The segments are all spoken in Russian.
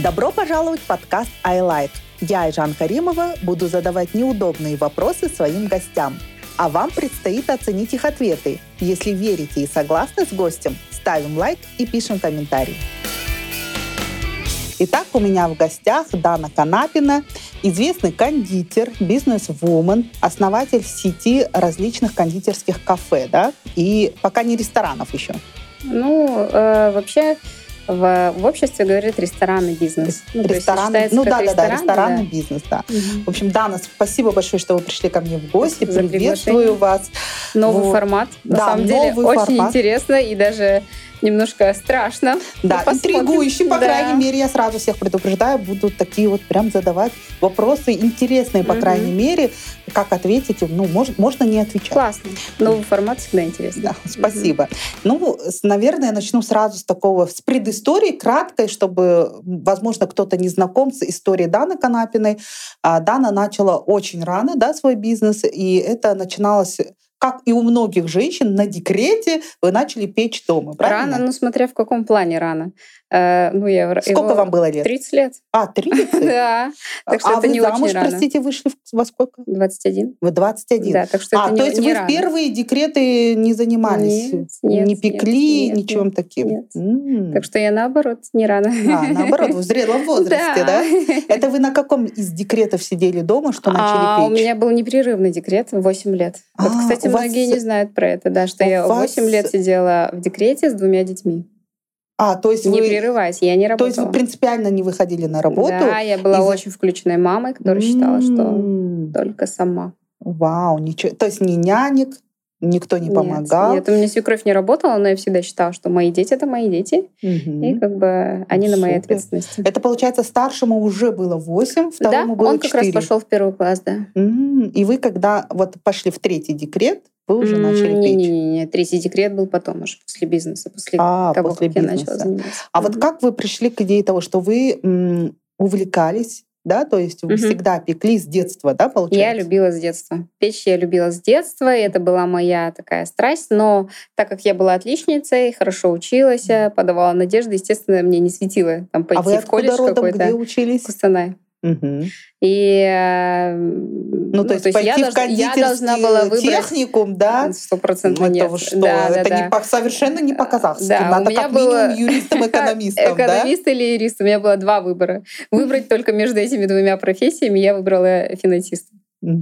Добро пожаловать в подкаст iLife. Я, Айжан Каримова, буду задавать неудобные вопросы своим гостям. А вам предстоит оценить их ответы. Если верите и согласны с гостем, ставим лайк и пишем комментарий. Итак, у меня в гостях Дана Канапина, известный кондитер, бизнес-вумен, основатель сети различных кондитерских кафе, да? И пока не ресторанов еще. Вообще в обществе говорят ресторанный бизнес. Ресторанный бизнес, да. В общем, Дана, спасибо большое, что вы пришли ко мне в гости. Приветствую вас. Новый формат. На самом деле, очень интересно и даже немножко страшно. Да, интригующий, по крайней мере. Я сразу всех предупреждаю, будут такие вот прям задавать вопросы интересные, по крайней мере. Как ответить? Можно не отвечать. Классно. Новый формат всегда интересно. Да, спасибо. Наверное, я начну сразу с предыстории, краткой, чтобы, возможно, кто-то не знаком с историей Даны Канапиной. Дана начала очень рано, свой бизнес, и это начиналось, как и у многих женщин, на декрете вы начали печь дома, правильно? Рано, смотря в каком плане рано. Сколько вам было лет? 30 лет. 30? Да. Так что это не очень рано. А вы замуж, простите, вышли во сколько? 21. Вы 21? Да, так что это не рано. То есть вы в первые декреты не занимались? Нет, не пекли, ничем таким? Нет. Так что я наоборот, не рано. Наоборот, в зрелом возрасте, да? Это вы на каком из декретов сидели дома, что начали печь? У меня был непрерывный декрет в 8 лет. Вот, кстати, многие не знают про это, да, что я 8 лет сидела в декрете с 2 детьми. То есть не прерываясь, я не работала. То есть вы принципиально не выходили на работу? Да, я была очень включенной мамой, которая считала, что только сама. Вау, ничего. То есть ни нянек, никто не помогал? Нет, у меня свекровь не работала, но я всегда считала, что мои дети — это мои дети, и они на моей ответственности. Это, получается, старшему уже было 8, второму было 4. Да, он как раз пошел в 1 класс, да. И вы, когда пошли в 3-й декрет, вы уже начали печь? Не, 3-й декрет был потом, уже после бизнеса, после того, как я начала заниматься. Вот как вы пришли к идее того, что вы увлекались, да, то есть вы всегда пекли с детства, да, получается? Я любила с детства. Печь я любила с детства, и это была моя такая страсть, но так как я была отличницей, хорошо училась, подавала надежды, естественно, мне не светило там пойти в колледж какой-то. А вы откуда родом, где учились? Кустанай. И то есть пойти в кондитерский техникум, да? 100% нет. Это что? Это совершенно не по-казахски. Надо как минимум юристом-экономистом, да? Экономист или юрист. У меня было 2 выбора. Выбрать только между этими 2 профессиями я выбрала финансиста.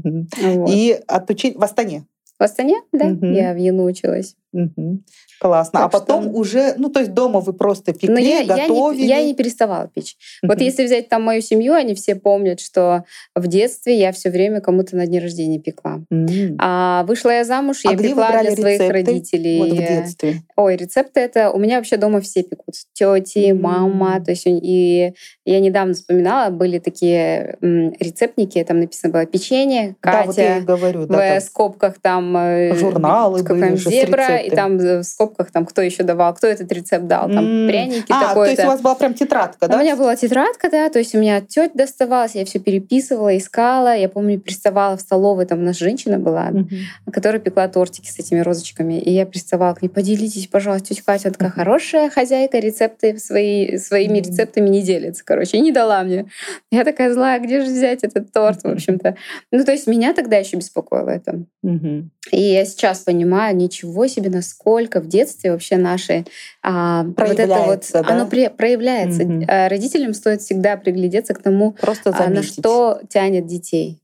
И отучить в Астане? В Астане, да. Я в ЮНУ училась. Классно. Так потом уже, то есть дома вы просто пекли, готовили? Я не переставала печь. Вот если взять там мою семью, они все помнят, что в детстве я все время кому-то на день рождения пекла. А вышла я замуж, я пекла для своих родителей. Вот в детстве? Рецепты это... У меня вообще дома все пекут. Тети, мама. То есть и я недавно вспоминала, были такие рецептники, там написано было печенье, Катя. Да, вот я и говорю. В скобках там... Журналы были же с зебра, и там в скобках там кто еще давал, кто этот рецепт дал, там пряники такое-то. То есть у вас была прям тетрадка, да? У меня была тетрадка, да, то есть у меня от тёть доставалась, я все переписывала, искала. Я помню, приставала в столовой, там у нас женщина была, которая пекла тортики с этими розочками, и я приставала к ней: поделитесь, пожалуйста, тетя Катя, она такая хорошая хозяйка, рецепты своими рецептами не делится, короче, и не дала мне. Я такая злая: где же взять этот торт, в общем-то. То есть меня тогда еще беспокоило это. И я сейчас понимаю, ничего себе, насколько в детстве вообще наши проявляется, оно проявляется. Родителям стоит всегда приглядеться к тому, на что тянет детей.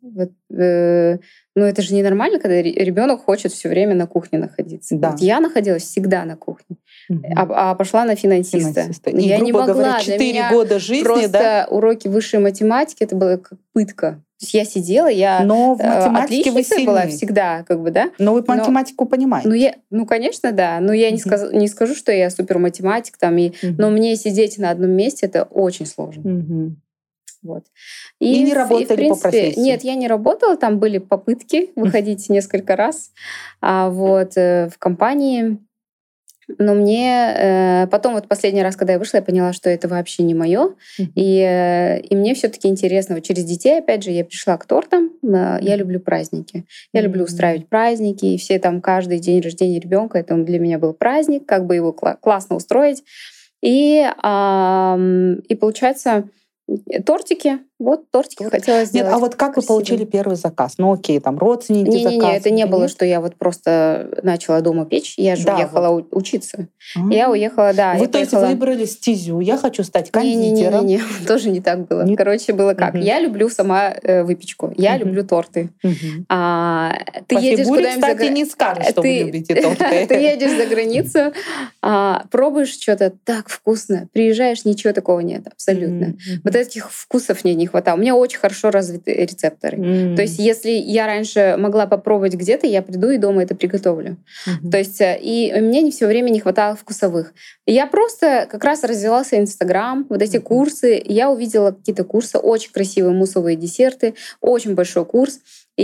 Это же ненормально, когда ребенок хочет все время на кухне находиться. Да. Вот я находилась всегда на кухне, а пошла на финансиста. И, я не могла. Говоря, 4 года жизни, просто уроки высшей математики — это было как пытка. То есть я сидела, но в математике отличницей была всегда, да. Но вы математику понимаете? Конечно, да. Но я не скажу, что я суперматематик, но мне сидеть на одном месте — это очень сложно. Вот. И не работали по профессии? Нет, я не работала. Там были попытки выходить несколько раз в компании. Но мне потом последний раз, когда я вышла, я поняла, что это вообще не мое. И мне все-таки интересно. Через детей, опять же, я пришла к тортам. Я люблю праздники. Я люблю устраивать праздники. И все там каждый день рождения ребенка, это для меня был праздник, как бы его классно устроить. И получается, Тортики. Вот тортики хотела сделать. Нет, а вот как вы получили первый заказ? Ну окей, там родственники заказывали. Не, это не было, что я вот просто начала дома печь. Я же уехала учиться. Я уехала, да. Вы, то есть, выбрали стезю. Я хочу стать кондитером. Не, тоже не так было. Короче, было как. Я люблю сама выпечку. Я люблю торты. Ты едешь куда-нибудь... Кстати, не скажешь, что вы любите торты. Ты едешь за границу, пробуешь что-то так вкусно. Приезжаешь, ничего такого нет. Абсолютно. Вот этих вкусов мне не хватало. У меня очень хорошо развиты рецепторы. То есть если я раньше могла попробовать где-то, я приду и дома это приготовлю. То есть и мне не все время не хватало вкусовых. Я просто как раз развивался Инстаграм, вот эти курсы. Я увидела какие-то курсы, очень красивые муссовые десерты, очень большой курс. И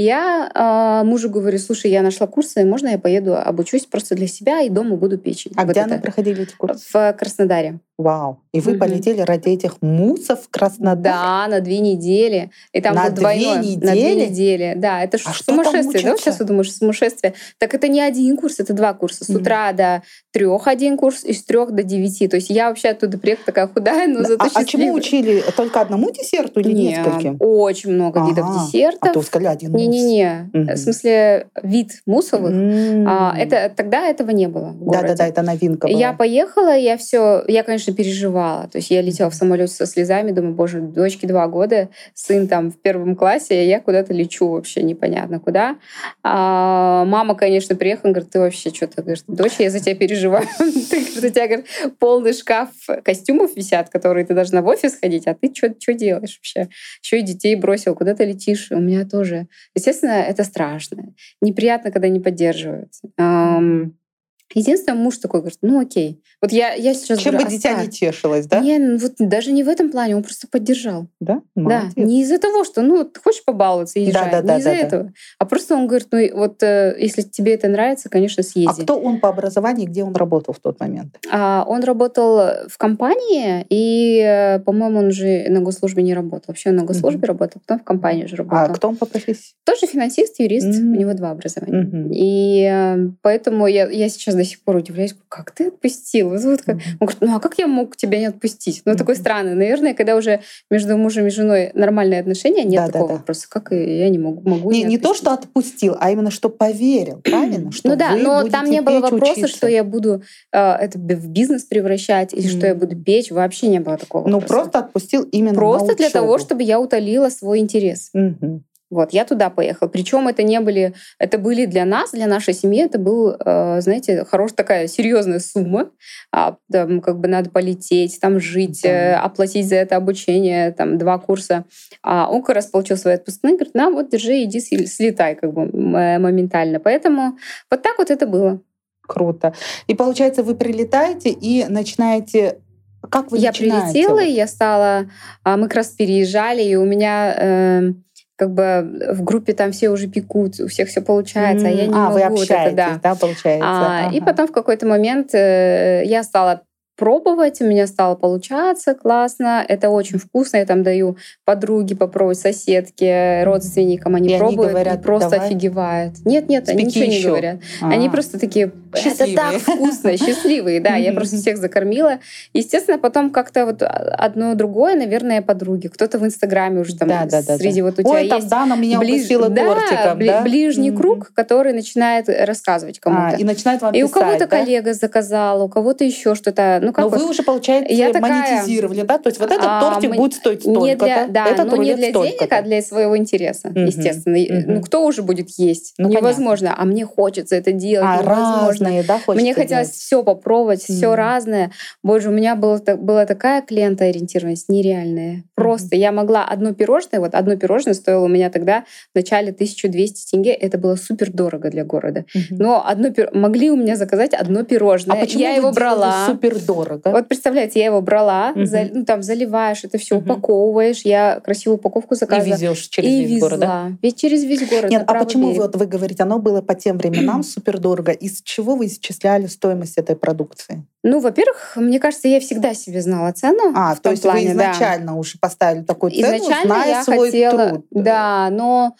я мужу говорю: слушай, я нашла курсы, можно я поеду обучусь просто для себя и дома буду печь? А вот где вы проходили эти курсы? В Краснодаре. Вау. И вы полетели ради этих муссов в Краснодар? Да, на 2 недели. И там на был двойной. 2 недели? На 2 недели. Да, это сумасшествие. Да, сейчас вы думаешь, сумасшествие. Так это не один курс, это 2 курса. С утра до 3 один курс и с 3 до 9. То есть я вообще оттуда приехала такая худая, но зато счастливая. А чему учили? Только одному десерту или нескольким? Очень много видов десертов. А то сказали один мусс. Не-не-не. В смысле, вид муссовых. Тогда этого не было в городе. Да, это новинка была. Я поехала, я, конечно, переживала. То есть я летела в самолете со слезами, думаю, боже, дочке 2 года, сын там в 1 классе, а я куда-то лечу вообще непонятно куда. Мама, конечно, приехала, говорит: ты вообще что-то, говорит, дочь, я за тебя переживаю. У тебя, говорит, полный шкаф костюмов висят, которые ты должна в офис ходить, а ты что делаешь вообще? Еще и детей бросил, куда ты летишь? У меня тоже. Естественно, это страшно. Неприятно, когда не поддерживают. Единственное, муж такой говорит: ну окей. Вот я сейчас чем говорю, бы дитя не тешилось, да? Не, вот даже не в этом плане, он просто поддержал. Да? Молодец. Да, не из-за того, что ты хочешь побаловаться, езжай, не из-за этого. А просто он говорит: ну вот если тебе это нравится, конечно, съезди. А кто он по образованию, где он работал в тот момент? Он работал в компании, и, по-моему, он уже на госслужбе не работал. Вообще он на госслужбе работал, потом в компании уже работал. А кто он по профессии? Тоже финансист, юрист, у него 2 образования. И поэтому я сейчас до сих пор удивляюсь, как ты отпустил? Он говорит: ну а как я мог тебя не отпустить? Ну такой странный. Наверное, когда уже между мужем и женой нормальные отношения, нет такого вопроса. Как я не могу не то, что отпустил, а именно, что поверил, правильно? Что ну да, но там не было вопроса, что я буду это в бизнес превращать или что я буду печь. Вообще не было такого вопроса. Ну просто отпустил именно просто для того, чтобы я утолила свой интерес. Вот, я туда поехала. Причем это были для нас, для нашей семьи, это был, знаете, хорошая такая серьезная сумма. Там, как бы надо полететь, там жить, оплатить за это обучение, там 2 курса. Он как раз получил свои отпускные, говорит: на, вот, держи, иди слетай как бы моментально. Поэтому вот так вот это было. Круто. И получается, вы прилетаете и начинаете... Как вы начинаете? Я прилетела, и я стала... Мы как раз переезжали, и у меня... как бы в группе там все уже пекут, у всех все получается, а я не могу. Вы общаетесь, вот это, да, получается. И потом в какой-то момент я стала пробовать, у меня стало получаться классно, это очень вкусно, я там даю подруге попробовать, соседке, родственникам, они пробуют они говорят, и просто давай. Офигевают. Нет, они ничего не говорят. Они просто такие: это так вкусно, счастливые, да, я просто всех закормила. Естественно, потом как-то вот одно другое, наверное, подруги. Кто-то в Инстаграме уже там среди вот у тебя есть... Ой, там Дана меня угостила тортиком, да? Ближний круг, который начинает рассказывать кому-то. И начинает вам писать, и у кого-то коллега заказал, у кого-то еще что-то. Но вы уже, получается, монетизировали, да? То есть вот этот тортик будет стоить столько-то. Да, но не для денег, а для своего интереса, естественно. Ну кто уже будет есть? Невозможно. А мне хочется это делать. Разные, да, хочется мне хотелось все попробовать, все разное. Боже, у меня была такая клиентоориентированность нереальная. Просто я могла одно пирожное стоило у меня тогда в начале 1200 тенге. Это было супер дорого для города. Но могли у меня заказать одно пирожное. А почему я его брала супер дорого? Вот представляете, я его брала, там заливаешь это все, упаковываешь, я красивую упаковку заказывала. И везешь через весь город, да? Ведь через весь город. Нет, а почему вы говорите, оно было по тем временам супер дорого? Из чего вы исчисляли стоимость этой продукции? Ну, во-первых, мне кажется, я всегда себе знала цену. То есть вы изначально уже поставили такую цену, изначально зная свой труд. Да, но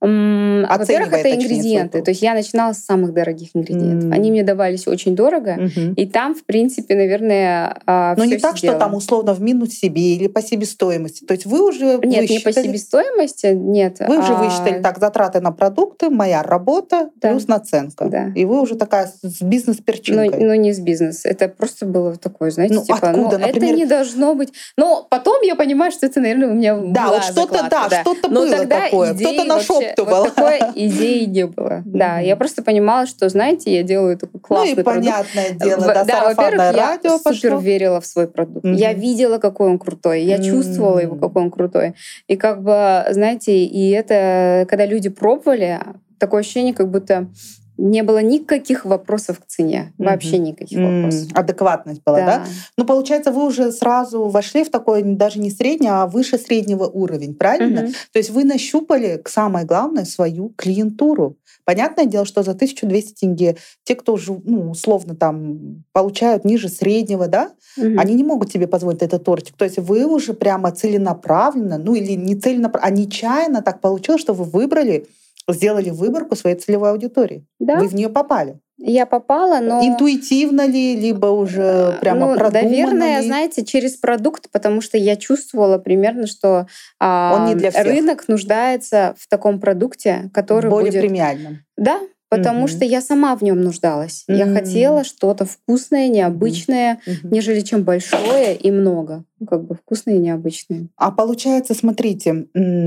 Во-первых, это ингредиенты. То есть я начинала с самых дорогих ингредиентов. Они мне давались очень дорого. И там, в принципе, наверное, но не так, что там условно в минус себе или по себестоимости. То есть вы уже Нет, не по себестоимости, нет. Вы уже высчитали так затраты на продукты, моя работа, плюс наценка. Да. И вы уже такая с бизнес-перчинкой. Ну, не с бизнес. Это просто было такое, знаете, откуда, например? Это не должно быть. Но потом я понимаю, что это, наверное, у меня была вот что-то, закладка, что-то было такое. Кто-то нашептывал. Вот такой идеи не было. Да, я просто понимала, что, знаете, я делаю такой классный продукт. понятное дело, сарафанное радио пошло. Я супер верила в свой продукт. Я видела, какой он крутой. Я чувствовала его, какой он крутой. И как бы, знаете, и это, когда люди пробовали, такое ощущение, как будто не было никаких вопросов к цене. Вообще никаких вопросов. Адекватность была, да? Ну, получается, вы уже сразу вошли в такой даже не средний, а выше среднего уровень, правильно? То есть вы нащупали, самое главное, свою клиентуру. Понятное дело, что за 1200 тенге те, кто уже, условно там получают ниже среднего, да, они не могут себе позволить этот тортик. То есть вы уже прямо целенаправленно, или не целенаправленно, а нечаянно так получилось, что вы сделали выборку своей целевой аудитории. Да? Вы в нее попали. Я попала, но... Интуитивно ли, либо уже прямо продуманно наверное, ли? знаете, через продукт, потому что я чувствовала примерно, что он не для всех. Рынок нуждается в таком продукте, который более будет... премиальным. Да, потому что я сама в нем нуждалась. Я хотела что-то вкусное, необычное, нежели чем большое и много. Как бы вкусное и необычное. А получается, смотрите,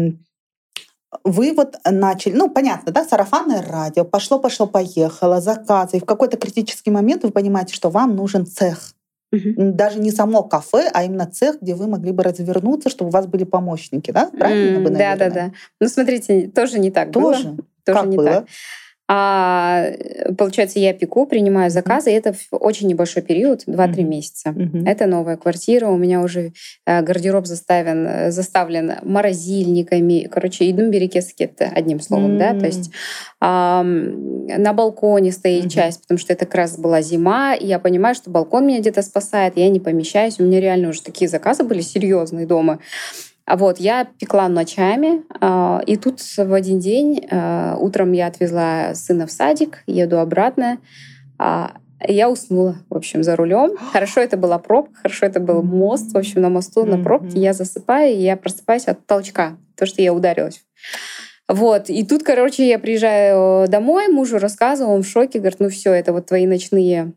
вы вот начали, понятно, да, сарафанное радио, пошло-поехало, заказы. И в какой-то критический момент вы понимаете, что вам нужен цех. Даже не само кафе, а именно цех, где вы могли бы развернуться, чтобы у вас были помощники, да? Правильно бы, наверное? Да. Ну, смотрите, тоже не так было. Тоже как не было? Так. Получается, я пеку, принимаю заказы, и это очень небольшой период, 2-3 месяца. Это новая квартира, у меня уже гардероб заставлен морозильниками, идем берекет-скетты, одним словом, да, то есть на балконе стоит часть, потому что это как раз была зима, и я понимаю, что балкон меня где-то спасает, я не помещаюсь, у меня реально уже такие заказы были серьезные дома. Я пекла ночами, и тут в один день утром я отвезла сына в садик, еду обратно, я уснула, в общем, за рулем. Хорошо это была пробка, хорошо это был мост, в общем, на мосту, на пробке. Я засыпаю, и я просыпаюсь от толчка, то, что я ударилась. И тут, я приезжаю домой, мужу рассказываю, он в шоке, говорит, все, это твои ночные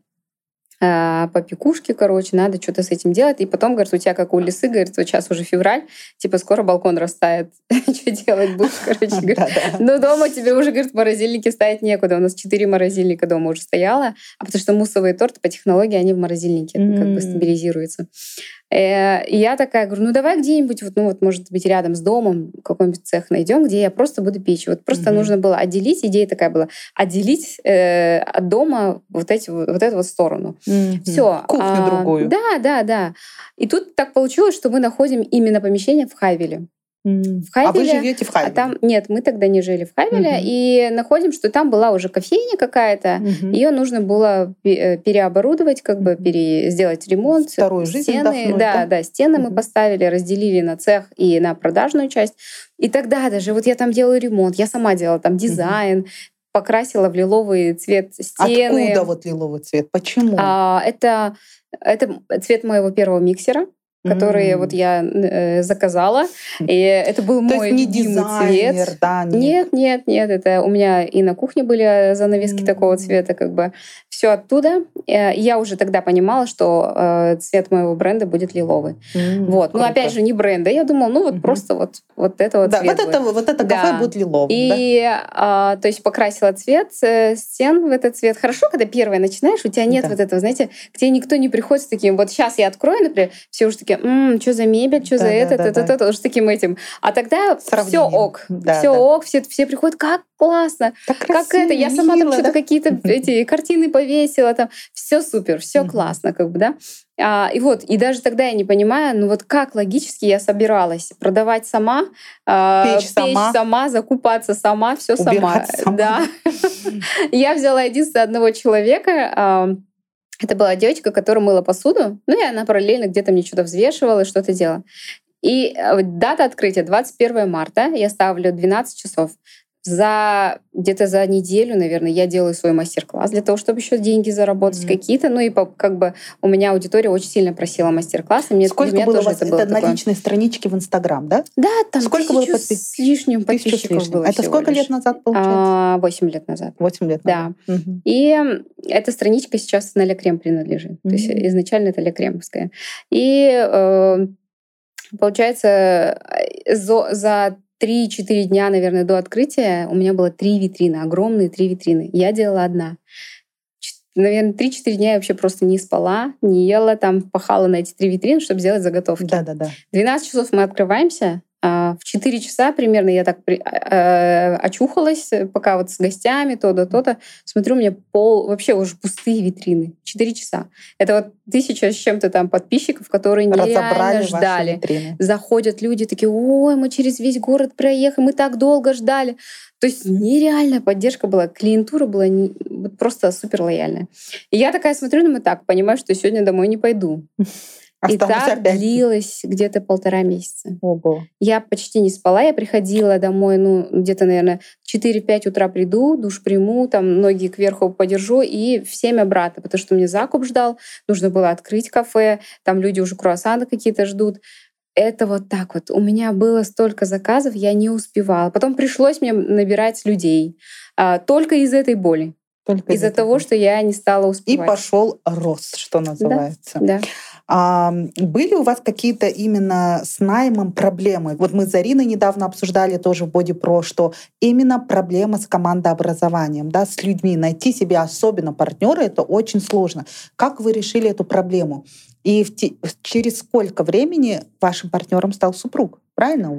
попекушки, надо что-то с этим делать. И потом, говорит, у тебя как у лисы, говорит, сейчас уже февраль, скоро балкон растает. Что делать будешь, Но дома тебе уже, говорит, морозильники ставить некуда. У нас 4 морозильника дома уже стояло, потому что муссовые торты по технологии, они в морозильнике стабилизируются. И я такая говорю, давай где-нибудь, может быть, рядом с домом какой-нибудь цех найдем, где я просто буду печь. Просто нужно было отделить, идея такая была, отделить от дома эту сторону. Все. Кухню другую. Да. И тут так получилось, что мы находим именно помещение в Хавеле. В Хавеле, а вы живете в Хавеле? Нет, мы тогда не жили в Хавеле, и находим, что там была уже кофейня какая-то, ее нужно было переоборудовать, сделать ремонт. Вторую жизнь стены, да, стены мы поставили, разделили на цех и на продажную часть. И тогда даже я там делаю ремонт, я сама делала там дизайн, покрасила в лиловый цвет стены. Откуда лиловый цвет? Почему? Это цвет моего первого миксера, который я заказала. И это был мой любимый цвет. Да, нет, это у меня и на кухне были занавески такого цвета, все оттуда. Я уже тогда понимала, что цвет моего бренда будет лиловый. Опять же, не бренда. Я думала, просто это цвет. Это кафе будет лиловым. И то есть покрасила цвет стен в этот цвет. Хорошо, когда первое начинаешь, у тебя нет этого, знаете, к тебе никто не приходит с таким, сейчас я открою, например, все уже такие, что за мебель, что за это, уже с таким этим. А тогда все ок. Все приходят, как классно, как это. Я сама там что-то какие-то эти картины повесила, там все супер, все классно, да. И даже тогда я не понимаю, как логически я собиралась продавать сама, печь сама, закупаться сама, все сама. Да. Я взяла единственное одного человека. Это была девочка, которая мыла посуду, и она параллельно где-то мне что-то взвешивала, что-то делала. И дата открытия 21 марта, я ставлю 12 часов. Где-то за неделю, наверное, я делаю свой мастер-класс для того, чтобы еще деньги заработать какие-то. Ну и как бы у меня аудитория очень сильно просила мастер-классы. Сколько было у вас? Это на личной страничке в Инстаграм, да? Да, там сколько 1000 с лишним подписчиков было. Это сколько лет назад, получается? 8 лет назад. 8 лет назад. Да. И эта страничка сейчас на Лекрем принадлежит. То есть изначально это Лекремовская. И получается, за 3-4 дня, наверное, до открытия у меня было 3 витрины, огромные 3 витрины. Я делала одна. Наверное, 3-4 дня я вообще просто не спала, не ела, там пахала на эти 3 витрины, чтобы сделать заготовки. Да. 12 часов мы открываемся. В 4 часа примерно я так очухалась, пока вот с гостями, то-то, то-то. Смотрю, у меня вообще уже пустые витрины. 4 часа. Это вот 1000 с чем-то там подписчиков, которые нереально ждали. Заходят люди такие: ой, мы через весь город проехали, мы так долго ждали. То есть нереальная поддержка была, клиентура была просто супер лояльная. И я такая смотрю, думаю, так, понимаю, что сегодня домой не пойду. И так длилось где-то 1,5 месяца. Ого. Я почти не спала, я приходила домой, где-то, наверное, 4-5 утра приду, душ приму, там ноги кверху подержу и в 7 обратно, потому что мне закуп ждал, нужно было открыть кафе, там люди уже круассаны какие-то ждут. Это вот так вот. У меня было столько заказов, я не успевала. Потом пришлось мне набирать людей. Только из этой боли. Из-за того, что я не стала успевать. И пошел рост, что называется. Да. Были у вас какие-то именно с наймом проблемы? Вот мы с Зариной недавно обсуждали тоже в Body Pro, что именно проблема с командообразованием, да, с людьми. Найти себе особенно партнера — это очень сложно. Как вы решили эту проблему? И через сколько времени вашим партнером стал супруг? Правильно?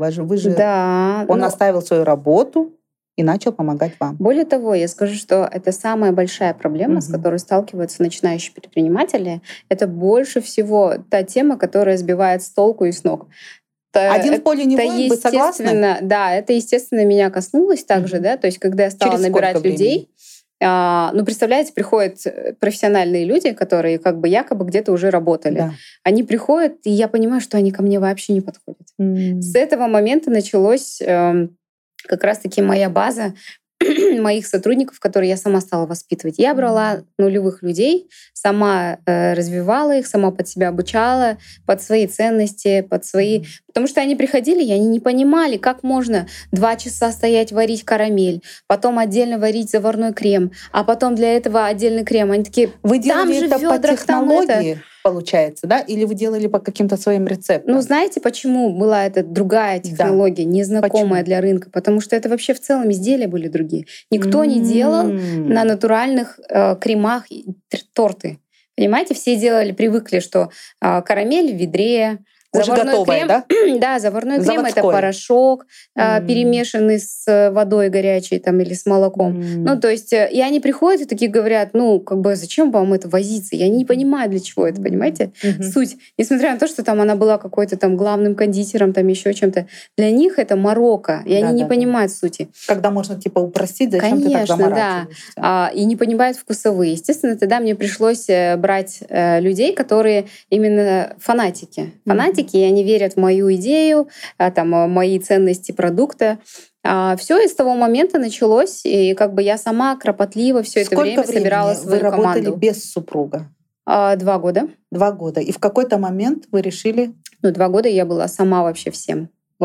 Да. Он оставил свою работу и начал помогать вам. Более того, я скажу, что это самая большая проблема, с которой сталкиваются начинающие предприниматели. Это больше всего та тема, которая сбивает с толку и с ног. Один в поле не воин, вы согласны? Да, это, естественно, меня коснулось также, да, то есть когда я стала набирать людей, представляете, приходят профессиональные люди, которые как бы якобы где-то уже работали. Да. Они приходят, и я понимаю, что они ко мне вообще не подходят. С этого момента началось как раз-таки моя база моих сотрудников, которые я сама стала воспитывать. Я брала нулевых людей, сама развивала их, сама под себя обучала, под свои ценности, под свои... Потому что они приходили, и они не понимали, как можно 2 часа стоять варить карамель, потом отдельно варить заварной крем, а потом для этого отдельный крем. Они такие: вы делали там же это в ведрах, по технологии, получается, да? Или вы делали по каким-то своим рецептам? Знаете, почему была эта другая технология, незнакомая для рынка? Потому что это вообще в целом изделия были другие. Никто не делал на натуральных кремах торты. Понимаете, все привыкли, что карамель в ведре, уже заварной готовая, крем, да? Да, заварной крем — это Заводской. порошок, перемешанный с водой горячей там, или с молоком. То есть, и они приходят и такие говорят: зачем вам это возиться? Я не понимаю, для чего это, понимаете? Суть. Несмотря на то, что там она была какой-то там главным кондитером, там еще чем-то, для них это морока, и они не понимают сути. Когда можно упростить, зачем ты так заморачиваешься? Да. И не понимают вкусовые. Естественно, тогда мне пришлось брать людей, которые именно фанатики. И они верят в мою идею, мои ценности продукта. Все из того момента началось, и я сама кропотливо все это время собирала свою команду. Вы работали без супруга? 2 года. 2 года. И в какой-то момент вы решили... 2 года я была сама вообще всем.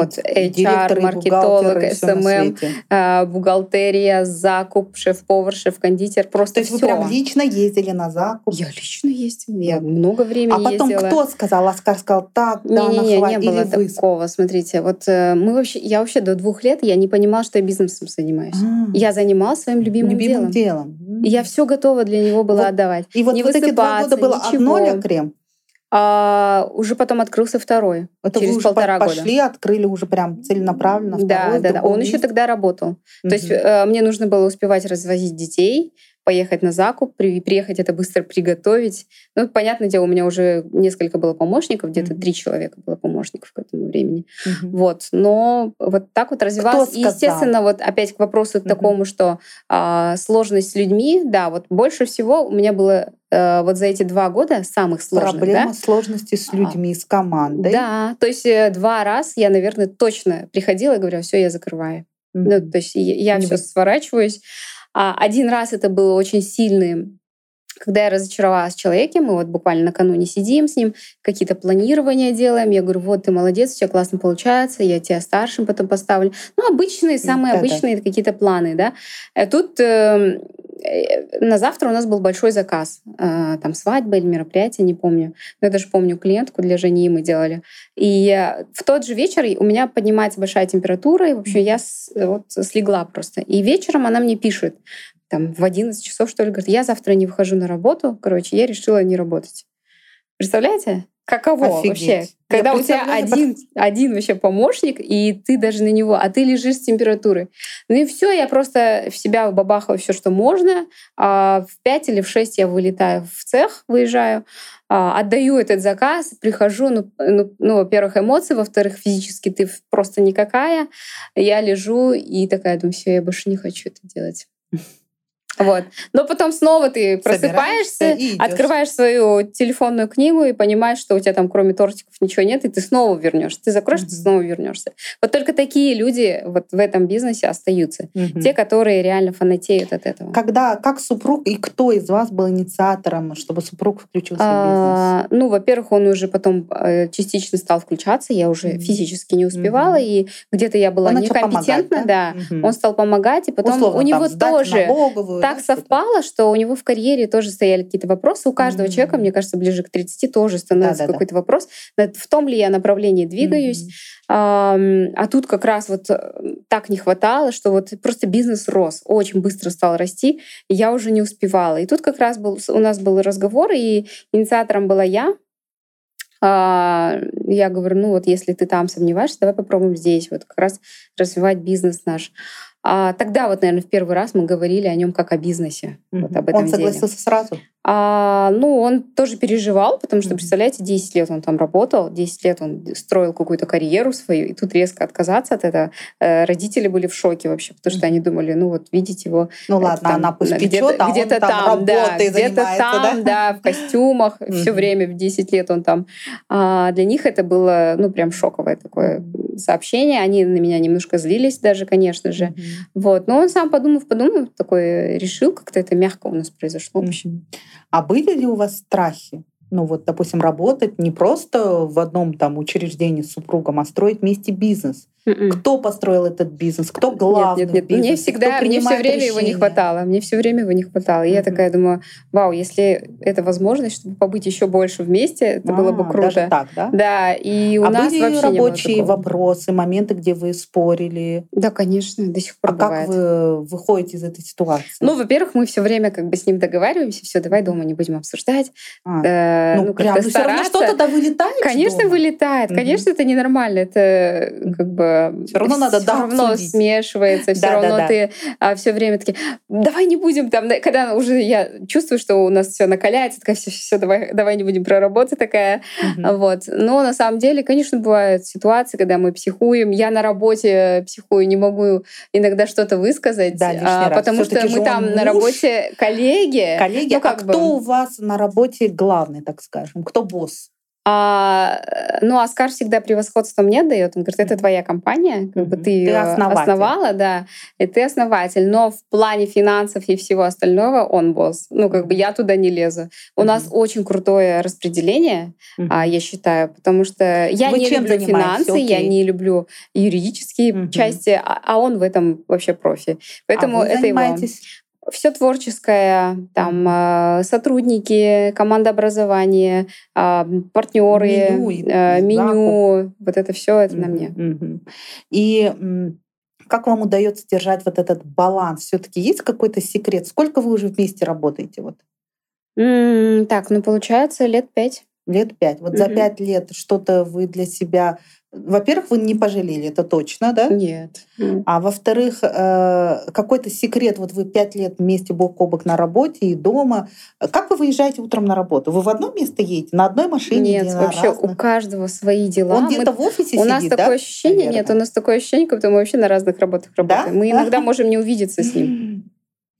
HR, маркетолог, СММ, бухгалтерия, закуп, шеф-повар, шеф-кондитер. Просто То есть вы прям лично ездили на закуп? Я лично ездила. Я много времени ездила. А потом кто сказал? Оскар сказал: так, да, не было такого. Смотрите, я вообще до 2 лет я не понимала, что я бизнесом занимаюсь. Я занималась своим любимым делом. И я все готова для него была отдавать. И вот эти 2 года было одно Лекрем? Уже потом открылся второй. Это через вы уже 1,5 года. Пошли, открыли уже прям целенаправленно. Да. Он еще тогда работал. То есть мне нужно было успевать развозить детей, поехать на закуп, приехать это быстро приготовить. Понятное дело, у меня уже несколько было помощников, где-то 3 человека было помощников к этому времени. Но вот так вот развивалось. И, естественно, опять к вопросу к такому, что сложность с людьми, больше всего у меня было за эти 2 года самых сложных. Проблема сложности с людьми, с командой. Да, то есть 2 раза я, наверное, точно приходила и говорила: все, я закрываю. Ну, то есть я все сворачиваюсь. Один раз это было очень сильный, когда я разочаровалась в человеке, мы вот буквально накануне сидим с ним, какие-то планирования делаем. Я говорю, вот ты молодец, все классно получается, я тебя старшим потом поставлю. Ну, обычные, самые обычные какие-то планы, да. Тут на завтра у нас был большой заказ. Там свадьба или мероприятие, не помню. Но я даже помню клиентку для Жени мы делали. И в тот же вечер у меня поднимается большая температура, и вообще я вот слегла просто. И вечером она мне пишет, там, в 11 часов, что ли, говорит, я завтра не выхожу на работу, короче, я решила не работать. Представляете? Каково вообще? Когда у тебя один вообще помощник, и ты даже на него, а ты лежишь с температурой. Ну и все, я просто в себя вбабахаю все, что можно. В 5 или в 6 я вылетаю в цех, выезжаю, отдаю этот заказ, прихожу, во-первых, эмоции, во-вторых, физически ты просто никакая. Я лежу и такая думаю, все, я больше не хочу это делать. Вот. Но потом снова ты просыпаешься, открываешь свою телефонную книгу и понимаешь, что у тебя там кроме тортиков ничего нет, и ты снова вернешься. Ты закроешь, ты снова вернешься. Вот только такие люди вот в этом бизнесе остаются. Те, которые реально фанатеют от этого. Как супруг и кто из вас был инициатором, чтобы супруг включился в бизнес? Ну, во-первых, он уже потом частично стал включаться, я уже физически не успевала, и где-то я была некомпетентна, да. Он стал помогать, и потом условно, у него тоже так совпало, что у него в карьере тоже стояли какие-то вопросы. У каждого человека, мне кажется, ближе к 30 тоже становится какой-то вопрос. В том ли я направлении двигаюсь. А тут как раз вот так не хватало, что вот просто бизнес рос, очень быстро стал расти, и я уже не успевала. И тут как раз у нас был разговор, и инициатором была я. Я говорю, ну вот если ты там сомневаешься, давай попробуем здесь вот как раз развивать бизнес наш. Тогда вот, наверное, в первый раз мы говорили о нем как о бизнесе. Вот об этом он согласился сразу? Ну, он тоже переживал, потому что, представляете, 10 лет он там работал, 10 лет он строил какую-то карьеру свою, и тут резко отказаться от этого. Родители были в шоке вообще, потому что они думали, ну вот видите его... Ну ладно, там, она пусть печёт, а он там работой занимается, там, да, в костюмах, все время, в 10 лет он там. Для них это было, ну, прям шоковое такое сообщение. Они на меня немножко злились даже, конечно же. Вот. Но он сам подумав, такой решил, как-то это мягко у нас произошло вообще. А были ли у вас страхи? Ну вот, допустим, работать не просто в одном там учреждении с супругом, а строить вместе бизнес. Кто построил этот бизнес? Кто главный в бизнесе? Мне все время его не хватало. Мне все время его не хватало. И я такая думаю, вау, если это возможность, чтобы побыть еще больше вместе, это было бы круто. Даже так, да? Да. И у нас были вообще рабочие вопросы, моменты, где вы спорили? Да, конечно, до сих пор бывает. Как вы выходите из этой ситуации? Ну, во-первых, мы все время как бы с ним договариваемся, все, давай дома не будем обсуждать. Прям, все равно что-то вылетает. Конечно, дома? Вылетает. Конечно, это ненормально. Это как бы все равно надо все равно смешивается, все равно ты все время такие, давай не будем там, когда уже я чувствую, что у нас все накаляется, такая все, давай не будем про работу такая, вот. Но на самом деле, конечно, бывают ситуации, когда мы психуем. Я на работе психую, не могу иногда что-то высказать, потому что мы там на работе коллеги. Коллеги, кто у вас на работе главный, так скажем? Кто босс? Ну, Оскар всегда превосходство мне дает. Он говорит, это твоя компания, как бы ты ее основала, да, и ты основатель. Но в плане финансов и всего остального он босс. Ну, как бы я туда не лезу. У нас очень крутое распределение, я считаю, потому что я не люблю финансы, я не люблю юридические части, а он в этом вообще профи. Поэтому это его... Все творческое, там сотрудники, командообразование, партнеры, меню, вот это все это на мне. И как вам удается держать вот этот баланс? Все-таки есть какой-то секрет? Сколько вы уже вместе работаете? Вот? Так, ну получается 5 лет. Лет 5. Вот за 5 лет что-то вы для себя... Во-первых, вы не пожалели, это точно, да? Нет. А во-вторых, какой-то секрет, вот вы 5 лет вместе бок о бок на работе и дома. Как вы выезжаете утром на работу? Вы в одно место едете, на одной машине? Нет, вообще у каждого свои дела. Он где-то в офисе сидит, у нас такое ощущение, нет, у нас такое ощущение, как будто мы вообще на разных работах работаем. Мы иногда можем не увидеться с ним.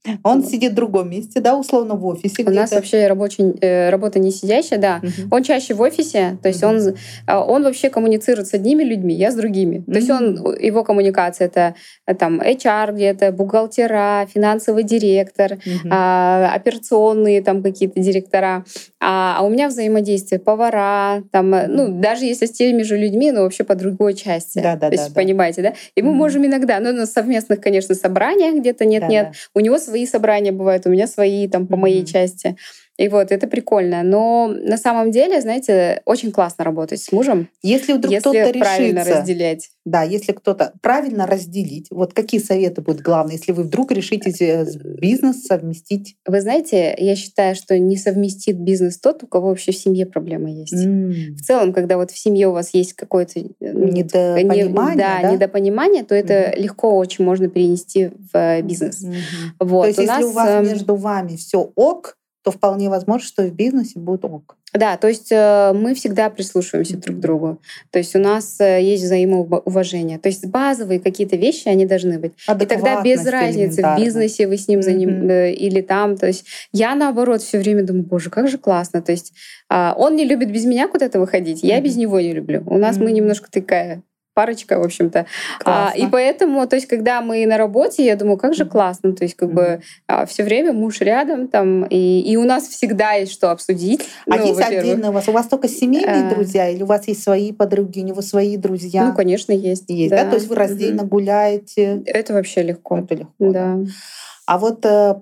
Он Вот. сидит в другом месте, да, условно в офисе У нас где-то. вообще работа не сидящая, да. Мгм. Он чаще в офисе, то есть Мгм. он вообще коммуницирует с одними людьми, я с другими. То есть его коммуникация — это там HR где-то, бухгалтера, финансовый директор, Мгм. операционные там какие-то директора. А у меня взаимодействие повара, там, ну, даже если с теми же людьми, но вообще по другой части. То есть, Да-да-да-да. понимаете, да? И мы Мгм. можем иногда, ну, на совместных, конечно, собраниях где-то нет-нет. Да-да. У него свои собрания бывают, у меня свои там по моей Мгм. части. И вот это прикольно. Но на самом деле, знаете, очень классно работать с мужем, Если вдруг если кто-то правильно решится, разделять. да, если кто-то правильно разделить, вот какие советы будут главные, если вы вдруг решите бизнес совместить? Вы знаете, я считаю, что не совместит бизнес тот, у кого вообще в семье проблемы есть. В целом, когда вот в семье у вас есть какое-то Недопонимание, да? недопонимание, то это Мгм. легко очень можно перенести в бизнес. Мгм. То Вот. есть, если у вас между вами все ок, то вполне возможно, что и в бизнесе будет ок. Да, то есть мы всегда прислушиваемся друг к Мгм. другу. То есть у нас есть взаимоуважение. То есть базовые какие-то вещи, они должны быть. И тогда без Адекватность разницы, в элементарно. бизнесе вы с ним Мгм. или там. То есть я, наоборот, все время думаю, боже, как же классно. То есть он не любит без меня куда-то выходить, я без Мгм. него не люблю. У нас мы М. немножко такая парочка, в общем-то. И Классно. поэтому, то есть, когда мы на работе, я думаю, как же Мгм. классно. То есть, как бы Мгм. все время муж рядом, там, и у нас всегда есть что обсудить. А Ну, есть во-первых. отдельно у вас только семейные Э, друзья, или у вас есть свои подруги, у него свои Ну, друзья? конечно, есть. Есть, да? То Да. есть вы раздельно гуляете? Это вообще легко. Это легко, да. Да. А вот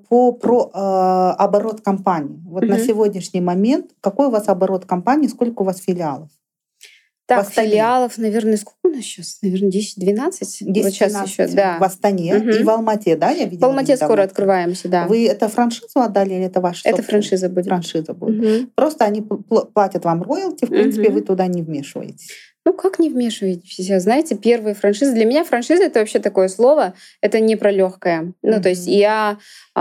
про оборот компании. Вот на Мгм. сегодняшний момент какой у вас оборот компании, сколько у вас филиалов? В Так, Астане. филиалов, наверное, сколько у нас сейчас? Наверное, 10-12. Вот сейчас еще, 10-12 в да. Астане и в Алмате, да, я В видела, вы Алмате скоро недавно открыли. открываемся, да. Вы это франшизу отдали или это ваш Это собственный? франшиза будет. Франшиза будет. Мгм. Просто они платят вам роялти, в принципе, вы Мгм. туда не вмешиваетесь. Ну, как не вмешиваетесь? Знаете, первые франшизы. Для меня франшиза — это вообще такое слово, это не про легкое. Ну, то есть Мгм. я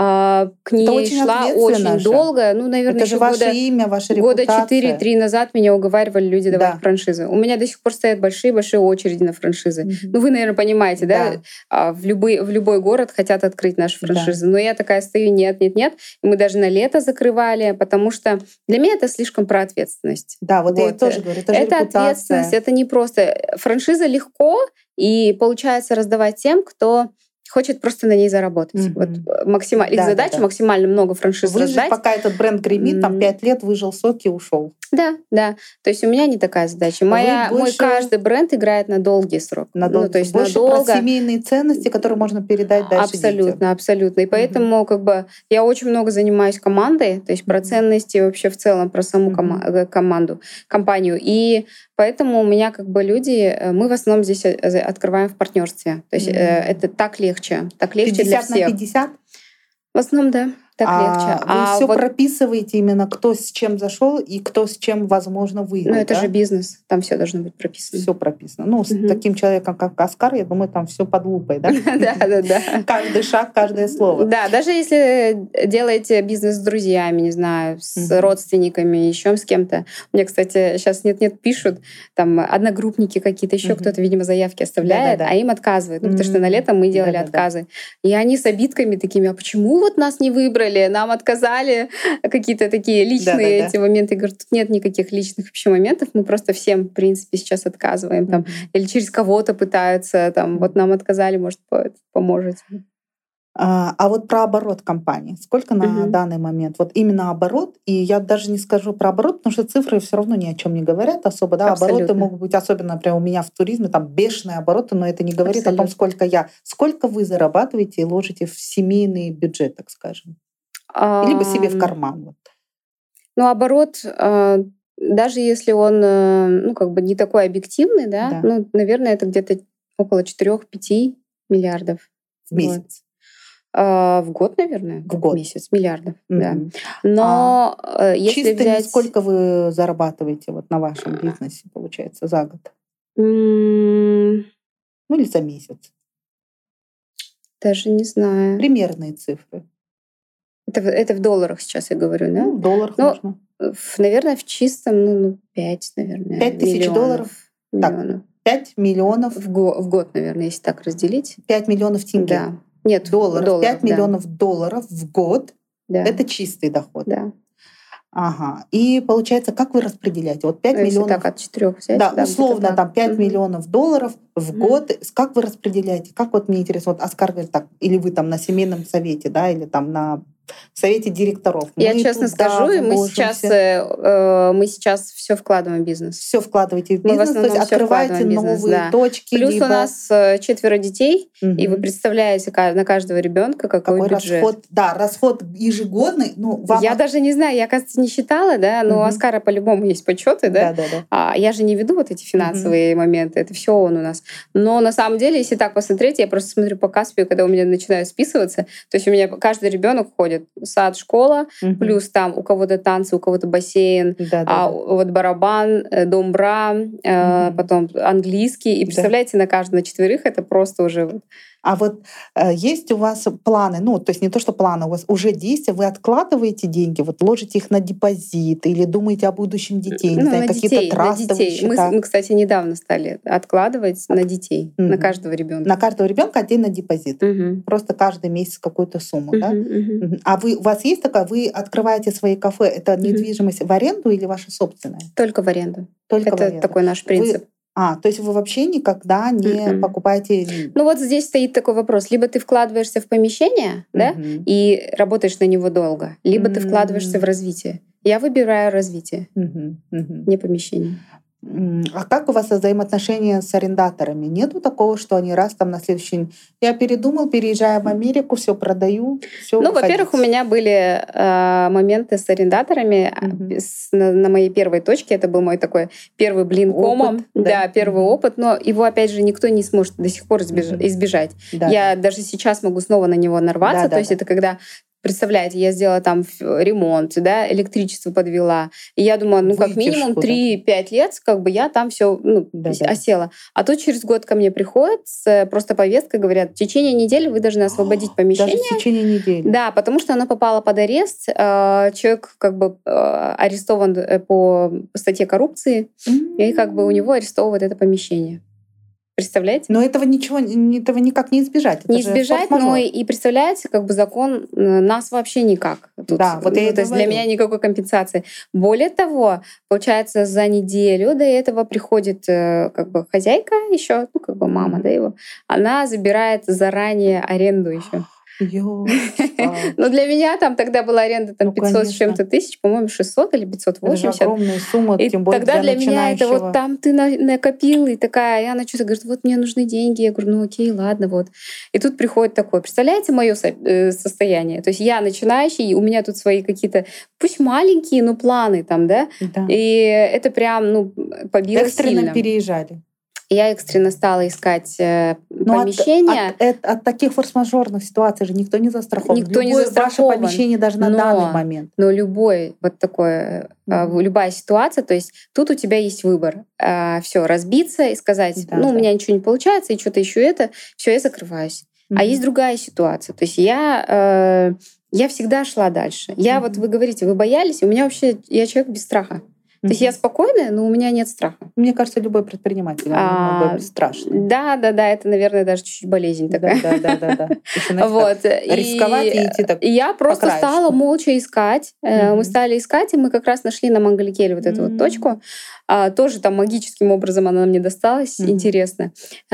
к Это ней очень шла ответственно очень же. долго. Ну, наверное, Это же еще ваше имя, ваша года репутация. 4-3 назад меня уговаривали люди давать Да. франшизы. У меня до сих пор стоят большие-большие очереди на франшизы. Мгм. Ну, вы, наверное, понимаете, да? Да. В любой город хотят открыть наши Да. франшизы. Но я такая стою, нет. И мы даже на лето закрывали, потому что для меня это слишком про ответственность. Да, вот я и Вот. тоже говорю, это же Это ответственность, репутация. это не просто. Франшиза легко, и получается раздавать тем, кто хочет просто на ней заработать. Вот Мгм. их Да, задача да. максимально много франшиз Выжить, раздать. пока этот бренд гремит, там 5 лет выжил соки и ушел. Да. То есть у меня не такая задача. Вы Мой больше каждый бренд играет на долгий срок. на Ну, то есть больше про надолго. семейные ценности, которые можно передать дальше детям. Абсолютно. И поэтому как бы я очень много занимаюсь командой, то есть про Мгм. ценности вообще в целом, про саму Мгм. команду, компанию. И поэтому у меня как бы люди, мы в основном здесь открываем в партнерстве. То есть это так легче для 50 на всех. 50? В основном, да, так легче. Вы все вот, прописываете именно, кто с чем зашел и кто с чем, возможно, ну, выйдет, это же да? бизнес, там все должно быть прописано. Все прописано. Ну, с Мгм. таким человеком, как Оскар, я думаю, там все под лупой, да? Да. Каждый шаг, каждое слово. Да, даже если делаете бизнес с друзьями, не знаю, с Мгм. родственниками, еще с кем-то. Мне, кстати, сейчас нет пишут, там одногруппники какие-то, еще Мгм. кто-то, видимо, заявки оставляет, Да-да-да. а им отказывают. Ну, потому что на лето мы делали Да-да-да. отказы. И они с обидками такими: а почему вот нас не выбрали, нам отказали? Какие-то такие личные Да-да-да. эти моменты. Я говорю, тут нет никаких личных вообще моментов, мы просто всем, в принципе, сейчас отказываем. Там, Мгм. или через кого-то пытаются, там, вот нам отказали, может, поможете. А вот про оборот компании. Сколько на Мгм. данный момент? Вот именно оборот, и я даже не скажу про оборот, потому что цифры все равно ни о чем не говорят особо. Да? Обороты Абсолютно. могут быть, особенно, например, у меня в туризме, там бешеные обороты, но это не говорит о том, Абсолютно. сколько вы зарабатываете и ложите в семейный бюджет, так скажем. Либо себе в Ам, карман. Вот. ну, оборот, даже если он, ну, как бы не такой объективный, да, Да. ну, наверное, это где-то около 4-5 миллиардов. В Вот. месяц. В год, наверное, В как год. месяц, миллиардов, да. Мгм. Но если Чистыми взять... сколько вы зарабатываете вот на вашем бизнесе, получается, за год? м, Ну или за месяц? Даже не знаю. Примерные цифры. Это в долларах сейчас я говорю, да? Ну, в долларах Ну, можно. наверное, в чистом, ну, 5, наверное, 5000 долларов? Так, миллионов. 5 миллионов, В год, наверное, если так разделить. 5 миллионов тенге. Да. Нет, долларов. 5 да. миллионов долларов в год. Да. Это чистый доход. Да. Ага. И получается, как вы распределяете? Вот 5 Если миллионов... так от 4 взять. Да, да, условно где-то там 5 так. миллионов долларов в год. Как вы распределяете? Как вот мне интересно, вот Оскар говорит так, или вы там на семейном совете, да, или там на совете директоров. Я честно скажу, мы сейчас все вкладываем в бизнес. Все вкладываете в Мы в бизнес, то есть основном всё открываете вкладываем в бизнес, новые да. точки. Плюс либо... у нас 4 детей, и вы представляете на каждого ребенка какой бюджет. Расход, да, расход ежегодный. Ну, вам... Я даже не знаю, я, кажется, не считала, да, но у Оскара по-любому есть подсчеты, да. Я же не веду вот эти финансовые моменты, это все он у нас. Но на самом деле, если так посмотреть, я просто смотрю по Каспию, когда у меня начинают списываться, то есть у меня каждый ребенок ходит сад, школа, плюс там у кого-то танцы, у кого-то бассейн, вот барабан, домбра, потом английский. И представляете, на каждого, на 4 это просто уже... А вот есть у вас планы, ну, то есть не то, что планы, у вас уже действия, вы откладываете деньги, вот ложите их на депозит или думаете о будущем детей, не знаю, какие-то трастовые счета? Мы, кстати, недавно стали откладывать на детей, на каждого ребенка. На каждого ребенка отдельно депозит. Просто каждый месяц какую-то сумму, да? А у вас есть такая, вы открываете свои кафе, это недвижимость в аренду или ваша собственная? Только в аренду. Только это в аренду. Такой наш принцип. То есть вы вообще никогда не покупаете... Ну вот здесь стоит такой вопрос. Либо ты вкладываешься в помещение, да, и работаешь на него долго, либо ты вкладываешься в развитие. Я выбираю развитие, не помещение. А как у вас взаимоотношения с арендаторами? Нету такого, что они раз там на следующий день... Я передумал, переезжаю в Америку, все продаю, все. Ну, во-первых, у меня были моменты с арендаторами. На моей первой точке это был мой такой первый блин комом. Да, первый опыт. Но его, опять же, никто не сможет до сих пор избежать. Я даже сейчас могу снова на него нарваться. То есть это когда... Представляете, я сделала там ремонт, да, электричество подвела. И я думаю, ну, как минимум 3-5 лет, как бы я там все осела. А тут через год ко мне приходят просто повестка, говорят, в течение недели вы должны освободить помещение. Даже в течение недели? Да, потому что оно попало под арест. Человек как бы арестован по статье коррупции, и как бы у него арестовывают это помещение. Представляете? Но этого никак не избежать. Это не избежать, но и представляете, как бы закон нас вообще никак. Тут, да, вот я то есть для меня никакой компенсации. Более того, получается, за неделю до этого приходит как бы хозяйка еще, ну как бы мама, да, его, она забирает заранее аренду еще. Но для меня там тогда была аренда там 500 с чем-то тысяч, по-моему, 600 или 580. Это же огромная сумма, и тем более тогда для меня это вот там ты накопил, и такая, и она что-то говорит, вот мне нужны деньги. Я говорю, ну окей, ладно, вот. И тут приходит такое, представляете мое состояние? То есть я начинающий, у меня тут свои какие-то, пусть маленькие, но планы там, да? И это прям, побило экстренно сильно. Переезжали. Я экстренно стала искать помещение. От таких форс-мажорных ситуаций же никто не застрахован. Никто не застрахован. Ваше помещение даже на данный момент. Но любой вот такой, любая ситуация, то есть тут у тебя есть выбор. Все, разбиться и сказать, у меня ничего не получается, и что-то ищу это, все, я закрываюсь. А есть другая ситуация. То есть я всегда шла дальше. Вот вы говорите, вы боялись, у меня вообще, я человек без страха. То есть я спокойная, но у меня нет страха. Мне кажется, любой предприниматель немного бесстрашный. Да, это, наверное, даже чуть-чуть болезнь такая. Да. Вот. Рисковать и идти так. И я просто стала молча искать. Мы стали искать, и мы как раз нашли на Мангаликеле вот эту вот точку. Тоже там магическим образом она мне досталась. Интересно.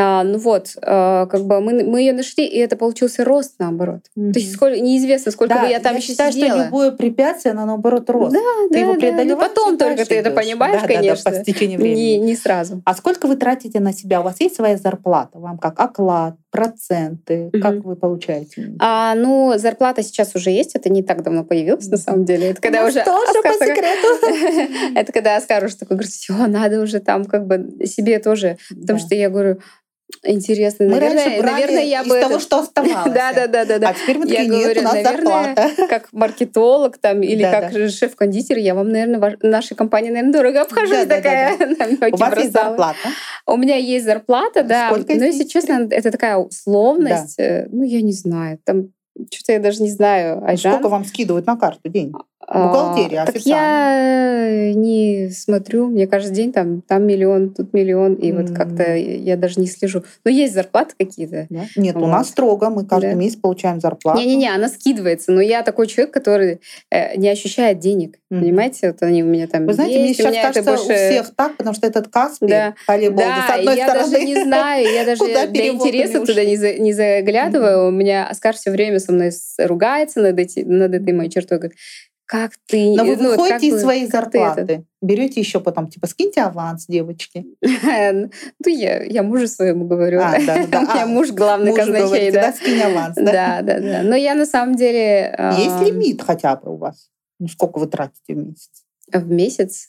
Как бы мы ее нашли, и это получился рост наоборот. То есть неизвестно, сколько бы я там еще сидела. Я считаю, что любое препятствие, оно наоборот рост. Ты его преодолеваешь. Потом только ты это понимаешь, конечно. По стечению времени. Не сразу. А сколько вы тратите на себя? У вас есть своя зарплата? Вам как оклад, проценты? Как вы получаете? Зарплата сейчас уже есть. Это не так давно появилось, на самом деле. Это когда уже тоже по секрету. Это когда Оскар уже такой говорит, все, надо уже там как бы себе тоже. Потому что я говорю, интересно, наверное, я бы... из того, что оставалось. Да. А теперь мы такие, нет, у нас наверное, зарплата. Как маркетолог там, или как шеф-кондитер, я вам, наверное, нашей компании, наверное, дорого обхожусь такая. У вас есть зарплата? У меня есть зарплата, да. Сколько? Но, если честно, это такая условность. Я не знаю, там что-то я даже не знаю. Айжан. Сколько вам скидывают на карту денег? Бухгалтерия Так официально. я не смотрю. Мне каждый день там миллион, тут миллион. И вот как-то я даже не слежу. Но есть зарплаты какие-то. Да? Нет, у Вот. нас строго. Мы каждый Да. месяц получаем зарплату. Не-не-не, она скидывается. Но я такой человек, который не ощущает денег. Понимаете? Вот они у меня там Вы знаете, мне есть. У сейчас меня это кажется, больше... у всех так, потому что этот Каспий, Да, волейбол, да, с одной я стороны, даже не знаю, я даже куда для переводами интереса туда ушли. не заглядываю. У меня Оскар все время со мной ругается над этой моей чертой. Говорит, как ты... Но вы ну, вот выходите как из бы, своей как ты это? зарплаты, берете еще потом, типа, скиньте аванс, девочки. Ну, я мужу своему говорю. А, да, У меня да. муж главный Мужу казначей, говорите, да, да. скинь аванс, да? Да. Но я на самом деле Есть лимит хотя бы у вас? Ну, сколько вы тратите в месяц? в месяц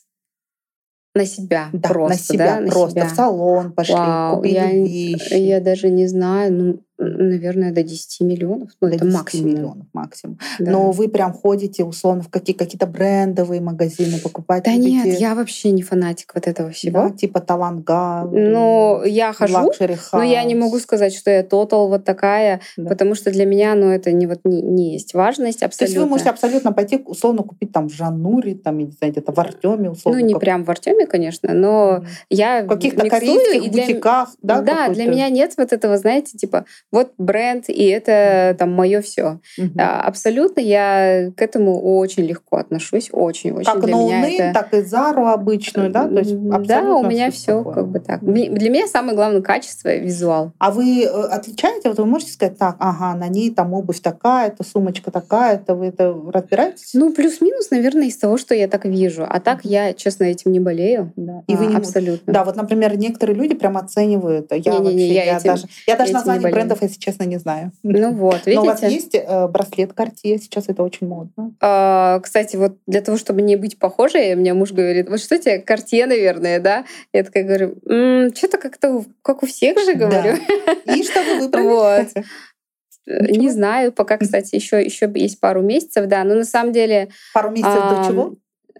на себя Да, просто, на себя, на просто себя. в салон пошли, Вау, купили вещи. я даже не знаю, ну, наверное, до 10 миллионов. Ну, До это 10 максимум. миллионов максимум. Да. Но вы прям ходите условно в какие-то брендовые магазины покупать? Да нет, любите, я вообще не фанатик вот этого всего. да, типа Таланга, Ну, я хожу, лакшери хаус. но я не могу сказать, что я тотал вот такая, Да. потому что для меня, ну, это не есть важность То абсолютно. есть вы можете абсолютно пойти, условно, купить там в Жануре, там, я не знаю, где-то в Артеме, условно. Ну, не прям в Артеме, конечно, но я в каких-то миксую, корейских и для бутиках, да? Да, какой-то? для меня нет вот этого, знаете, типа, вот бренд, и это там мое все. Мгм. Абсолютно я к этому очень легко отношусь, очень-очень. Как Для меня ноунейм, это... так и Зару обычную, да? То есть Да, абсолютно у меня всё все спокойно. как бы так. Для меня самое главное качество — визуал. А вы отличаете? Вот вы можете сказать, так, ага, на ней там обувь такая-то, сумочка такая-то, вы это разбираетесь? Ну, плюс-минус, наверное, из того, что я так вижу. А так я, честно, этим не болею. Да. И вы не Абсолютно. Да, вот, например, некоторые люди прям оценивают. Я Не-не-не, вообще, я я этим даже этим не название болею. брендов, если честно, не знаю. Ну вот, Но у вас видите? есть браслет Cartier, сейчас это очень модно. Кстати, вот для того, чтобы не быть похожей, мне муж говорит, вот что тебе, Cartier, наверное, да? Я такая говорю, что-то как-то, как у всех же, говорю. Да. И что вы выбрали? Вот. Ничего? Не знаю, пока, кстати, еще есть пару месяцев, да, но на самом деле... Пару месяцев до чего?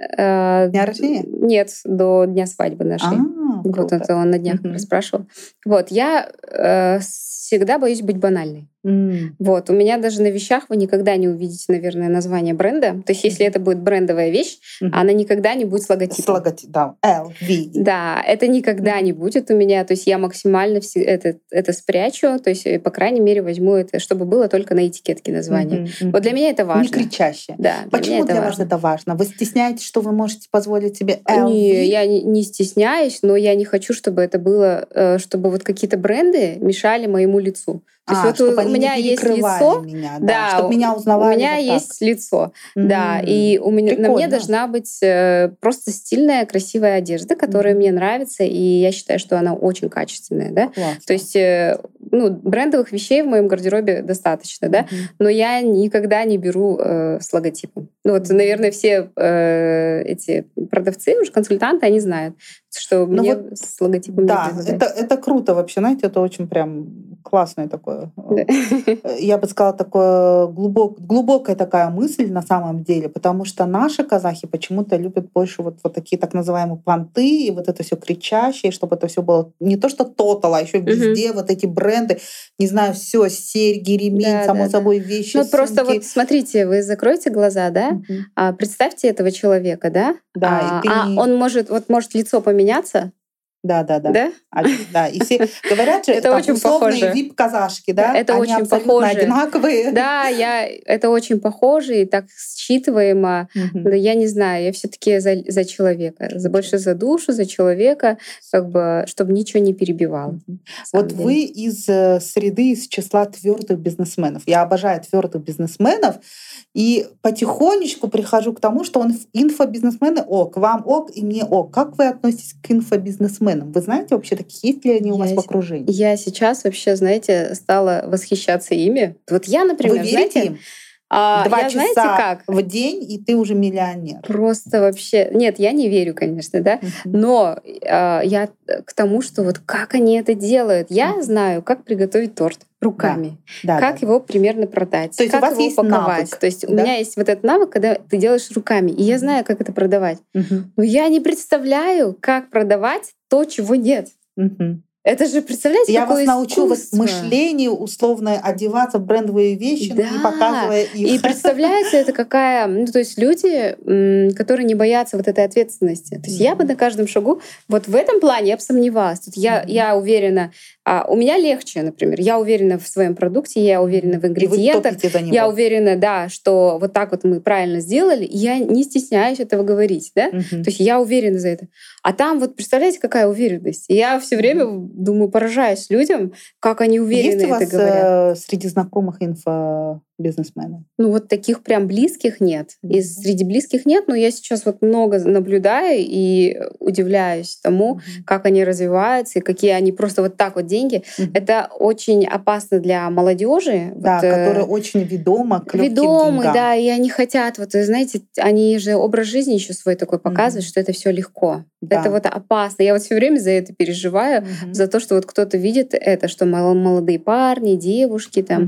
Дня рождения? Нет, до дня свадьбы нашей. Вот круто. это он на днях Мгм. расспрашивал. Вот, я всегда боюсь быть банальной. Вот, у меня даже на вещах вы никогда не увидите, наверное, название бренда. То есть, если это будет брендовая вещь, Мгм. она никогда не будет с С логотипом. логотипом, да, LV. Да, это никогда не будет у меня. То есть я максимально это спрячу. То есть, по крайней мере, возьму это, чтобы было только на этикетке название. Вот для меня это Не важно. кричащее. Да, для Почему меня это для вас важно. это важно? Вы стесняетесь, что вы можете позволить себе LV? Не, я не стесняюсь, но я не хочу, чтобы это было, чтобы вот какие-то бренды мешали моему лицу. То есть вот чтобы у они меня не есть перекрывали лицо, меня, да, чтобы меня у узнавали меня вот есть лицо, так. да, и на мне Прикольно. должна быть просто стильная, красивая одежда, которая мне нравится, и я считаю, что она очень качественная, да. Классно. То есть, брендовых вещей в моем гардеробе достаточно, да, но я никогда не беру с логотипом. Ну вот, наверное, все эти продавцы, уже консультанты, они знают, что Ну мне вот, с логотипом да, нельзя брать. это круто вообще, знаете, это очень прям классное такое, Да. я бы сказала, такое глубокая такая мысль на самом деле, потому что наши казахи почему-то любят больше вот такие так называемые понты, и вот это все кричащее, чтобы это все было не то что тотал, а еще везде вот эти бренды, не знаю, все серьги, ремень, Да, само да, собой вещи, Ну, просто сумки. вот смотрите, вы закройте глаза, да, Мгм. представьте этого человека, да, Да, и ты он может лицо поменяться, да. да? Да, и все говорят же, Это там очень условные похоже. вип-казашки, да, Это они очень абсолютно похоже. одинаковые. Да, это очень похоже и так считываемо. Мгм. Да, я не знаю, я все-таки за человека, больше за душу, за человека, как бы, чтобы ничего не перебивало. Мгм. на самом Вот деле. вы из среды, из числа твердых бизнесменов. Я обожаю твердых бизнесменов, и потихонечку прихожу к тому, что инфобизнесмены ок, вам ок и мне ок. Как вы относитесь к инфобизнесменам? Вы знаете вообще таких, есть ли они у вас в окружении? Я сейчас вообще, знаете, стала восхищаться ими. Вот я, Вы например, верите знаете, им? 2 я, знаете, часа как? в день, и ты уже миллионер. Просто вообще... Нет, я не верю, конечно, да, Мгм. но я к тому, что вот как они это делают. Я знаю, как приготовить торт руками, Да, как да. его примерно продать, То есть у как вас его есть упаковать. навык, То есть у да? меня есть вот этот навык, когда ты делаешь руками, и я знаю, как это продавать. Мгм. Но я не представляю, как продавать то, чего нет. Мгм. Это же, представляете, Я вас какое научу вот искусство. мышлению условно одеваться в брендовые вещи, но не Да. показывая И их. представляете, это какая... Ну, то есть люди, которые не боятся вот этой ответственности. То есть я бы на каждом шагу... Вот в этом плане я бы сомневалась. Тут я уверена... у меня легче, например. Я уверена в своем продукте, я уверена в И вы ингредиентах. топите за него. Я уверена, да, что вот так вот мы правильно сделали. И я не стесняюсь этого говорить, да? То есть я уверена за это. А там вот представляете, какая уверенность? И я все время думаю, поражаюсь людям, как они уверенно Есть у это вас говорят. среди знакомых инфобизнесменов? Ну вот таких прям близких нет. И среди близких нет, но я сейчас вот много наблюдаю и удивляюсь тому, как они развиваются и какие они просто вот так вот деньги. Это очень опасно для молодежи. Да, вот, которая очень ведома к легким ведомые, деньгам. да, и они хотят, вот знаете, они же образ жизни еще свой такой показывают, что это все легко. Да. Это вот опасно. Я вот все время за это переживаю, за то, что вот кто-то видит это, что молодые парни, девушки там.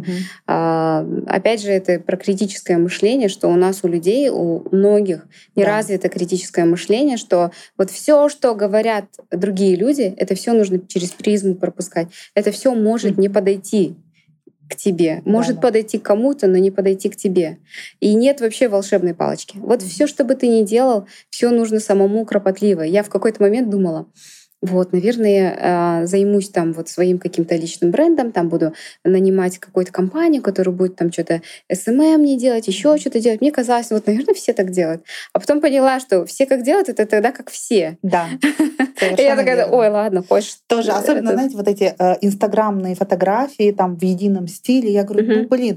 Опять же, это про критическое мышление, что у нас у людей, у многих не развито критическое мышление, что вот все, что говорят другие люди, это все нужно через призму пропускать. Это все может не подойти к тебе. Может подойти к кому-то, но не подойти к тебе. И нет вообще волшебной палочки. Вот все, что бы ты ни делал, все нужно самому кропотливо. Я в какой-то момент думала, вот, наверное, займусь там вот своим каким-то личным брендом, там буду нанимать какую-то компанию, которая будет там что-то SMM мне делать, еще что-то делать. Мне казалось, вот, наверное, все так делают. А потом поняла, что все как делают, это тогда как все. Да. И я такая, ой, ладно, хочешь. Тоже, особенно, знаете, вот эти инстаграмные фотографии там в едином стиле. Я говорю, ну, блин,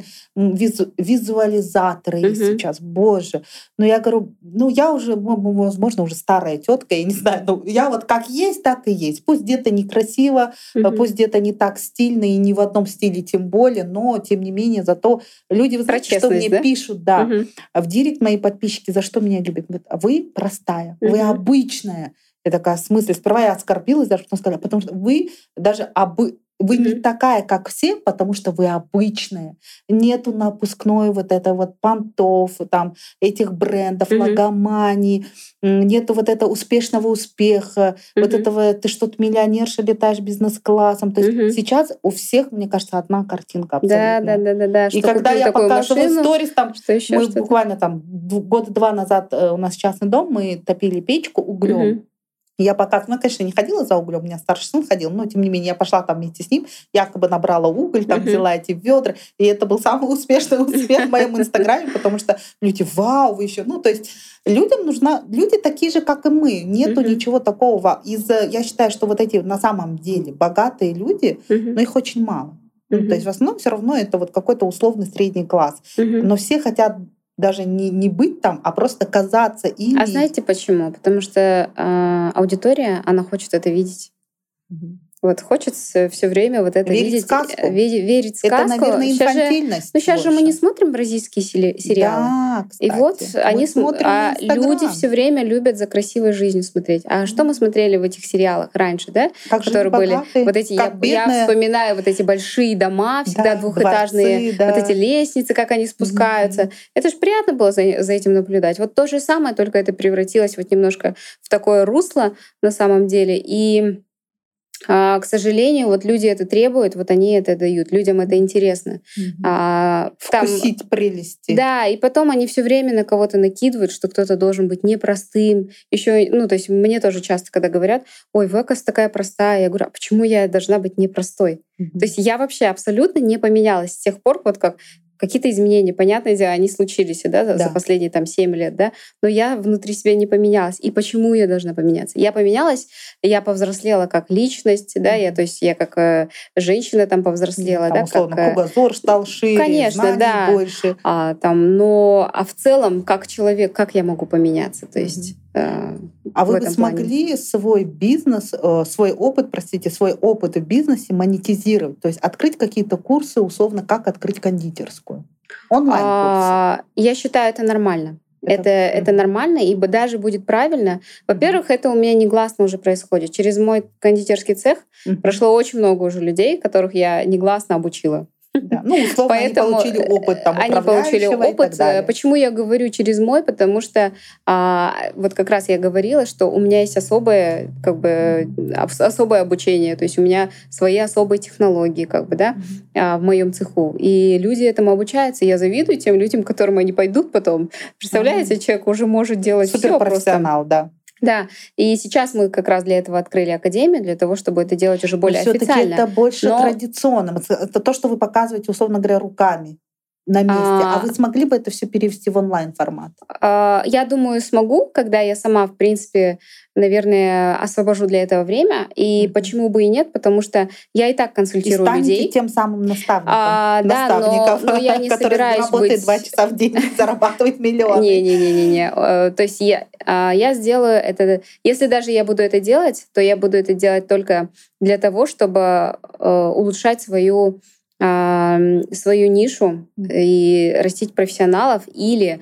визуализаторы есть сейчас, боже. Но я говорю, ну, я уже, возможно, уже старая тетка, я не знаю, но я вот как есть, так и есть. Пусть где-то некрасиво, пусть где-то не так стильно и не в одном стиле тем более, но тем не менее зато люди, вы знаете, что мне пишут, да, в директ мои подписчики, за что меня любят? Говорят, вы простая, вы обычная. Я такая, в смысле? Сперва я оскорбилась, даже потом сказала, потому что вы даже вы не такая, как все, потому что вы обычная. Нету напускной вот это вот понтов, там, этих брендов, логомании, нету вот этого успешного успеха, вот этого ты что-то миллионерша, летаешь бизнес-классом. То есть сейчас у всех, мне кажется, одна картинка абсолютно. Да. И когда я показываю сторис, там, мы буквально там года 2 назад у нас частный дом, мы топили печку углем. Я пока, ну, конечно, не ходила за углем, у меня старший сын ходил, но тем не менее я пошла там вместе с ним, якобы набрала уголь, там взяла эти ведра, и это был самый успешный успех в моем инстаграме, потому что люди, вау, вы еще, ну, то есть людям нужна, люди такие же, как и мы, нету ничего такого. Я считаю, что вот эти на самом деле богатые люди, но их очень мало. То есть в основном все равно это вот какой-то условный средний класс, но все хотят даже не быть там, а просто казаться ими. А знаете почему? Потому что аудитория, она хочет это видеть. Вот хочется все время вот это верить видеть, сказку. Верить в сказку. Это, наверное, инфантильность. Сейчас же мы не смотрим бразильские сериалы. Да, кстати. И вот они смотрим люди все время любят за красивой жизнью смотреть. А что мы смотрели в этих сериалах раньше, да? Как которые были вот эти. Я вспоминаю вот эти большие дома, всегда двухэтажные, дворцы, вот эти лестницы, как они спускаются. Это же приятно было за этим наблюдать. Вот то же самое, только это превратилось вот немножко в такое русло на самом деле. И к сожалению, вот люди это требуют, вот они это дают. Людям это интересно. Вкусить прелести. Да, и потом они все время на кого-то накидывают, что кто-то должен быть непростым. Еще, ну, то есть мне тоже часто, когда говорят, ой, вы, оказывается, такая простая. Я говорю, а почему я должна быть непростой? То есть я вообще абсолютно не поменялась с тех пор, вот как какие-то изменения, понятное дело, они случились, да, за последние там 7 лет, да, но я внутри себя не поменялась. И почему я должна поменяться? Я поменялась, я повзрослела как личность, да, то есть я как женщина там повзрослела, там, да, условно, как кругозор стал шире, конечно, знаний да, больше. А в целом, как человек, как я могу поменяться? То есть а вы бы смогли свой бизнес, свой опыт в бизнесе монетизировать? То есть открыть какие-то курсы, условно, как открыть кондитерскую? Онлайн-курсы. Я считаю, это нормально. Это нормально, и даже будет правильно. Во-первых, это у меня негласно уже происходит. Через мой кондитерский цех прошло очень много уже людей, которых я негласно обучила. Да. Ну, условно, Поэтому они получили опыт там они получили управляющего и так опыт. далее. Почему я говорю через мой? Потому что вот как раз я говорила, что у меня есть особое, как бы, особое обучение, то есть у меня свои особые технологии, как бы, да, в моем цеху. И люди этому обучаются. Я завидую тем людям, к которым они пойдут потом. Представляете, человек уже может делать все просто. Суперпрофессионал, да. Да, и сейчас мы как раз для этого открыли академию, для того, чтобы это делать уже более Но всё-таки официально. это больше традиционно. Это то, что вы показываете, условно говоря, руками на месте. А вы смогли бы это все перевести в онлайн-формат? Я думаю, смогу, когда я сама, в принципе, наверное, освобожу для этого время. И почему бы и нет? Потому что я и так консультирую станете людей. тем самым наставником. Да, но я не который собираюсь работает быть... 2 часа в день и зарабатывает миллионы. Не-не-не. То есть я сделаю это... Если даже я буду это делать, то я буду это делать только для того, чтобы улучшать свою нишу и растить профессионалов или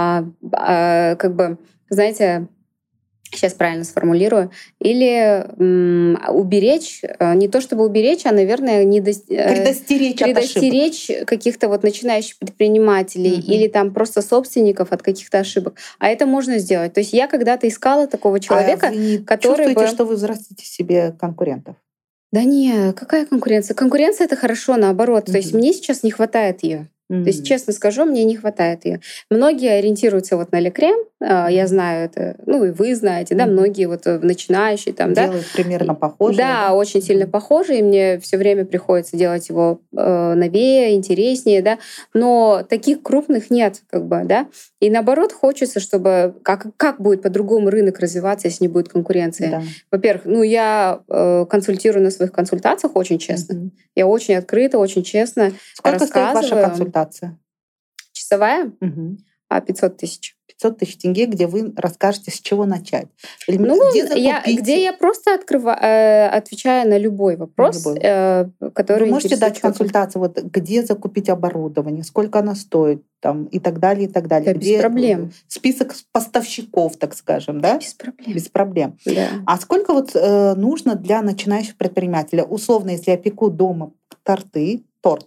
как бы, знаете, сейчас правильно сформулирую, или уберечь, не то чтобы уберечь, а, наверное, предостеречь каких-то вот начинающих предпринимателей или там просто собственников от каких-то ошибок. А это можно сделать. То есть я когда-то искала такого человека, вы не который чувствуете, что вы взрастите себе конкурентов? Да не, какая конкуренция? Конкуренция — это хорошо, наоборот. То есть мне сейчас не хватает ее. То есть, честно скажу, мне не хватает ее. Многие ориентируются вот на Лекрем, я знаю это, ну и вы знаете, да, многие вот начинающие там, делают примерно похожие. Да, очень сильно похожие, и мне все время приходится делать его новее, интереснее, да. Но таких крупных нет, как бы, да. И наоборот, хочется, чтобы как будет по-другому рынок развиваться, если не будет конкуренции. Да. Во-первых, я консультирую на своих консультациях очень честно. Я очень открыто, очень честно рассказываю. Сколько стоит ваша консультация? Часовая? 500 тысяч. 500 тысяч тенге, где вы расскажете, с чего начать. Где я просто отвечаю на любой вопрос, который вы можете дать консультацию, вот, где закупить оборудование, сколько оно стоит, там, и так далее, и так далее. Да, без проблем. Список поставщиков, так скажем, да? Без проблем. Без проблем. Да. А сколько вот нужно для начинающих предпринимателя? Условно, если я пеку дома торты,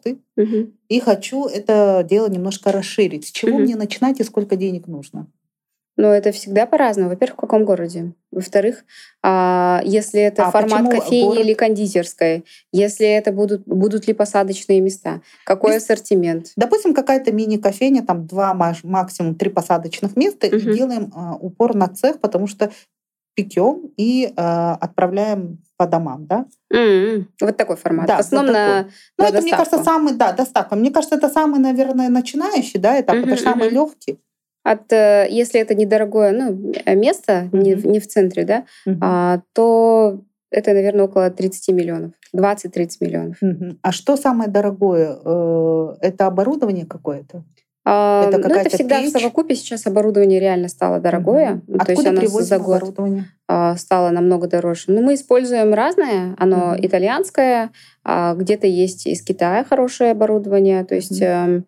и хочу это дело немножко расширить. С чего мне начинать и сколько денег нужно? Ну, это всегда по-разному. Во-первых, в каком городе? Во-вторых, если это формат кофейни или кондитерской, если это будут ли посадочные места, какой ассортимент? Допустим, какая-то мини-кофейня, там 2, максимум 3 посадочных места, и делаем упор на цех, потому что пекем и отправляем по домам, да? Вот такой формат. Да, в основном вот на это, доставку. Мне кажется, доставка. Мне кажется, это самый, наверное, начинающий, да, этап, это самый легкий. Если это недорогое место, не в центре, да, то это, наверное, около 30 миллионов. 20-30 миллионов. А что самое дорогое? Это оборудование какое-то? Это всегда печь? В совокупе. Сейчас оборудование реально стало дорогое. Откуда то есть оно привозим за год оборудование? Стало намного дороже. Но мы используем разное. Оно итальянское, где-то есть из Китая хорошее оборудование. То есть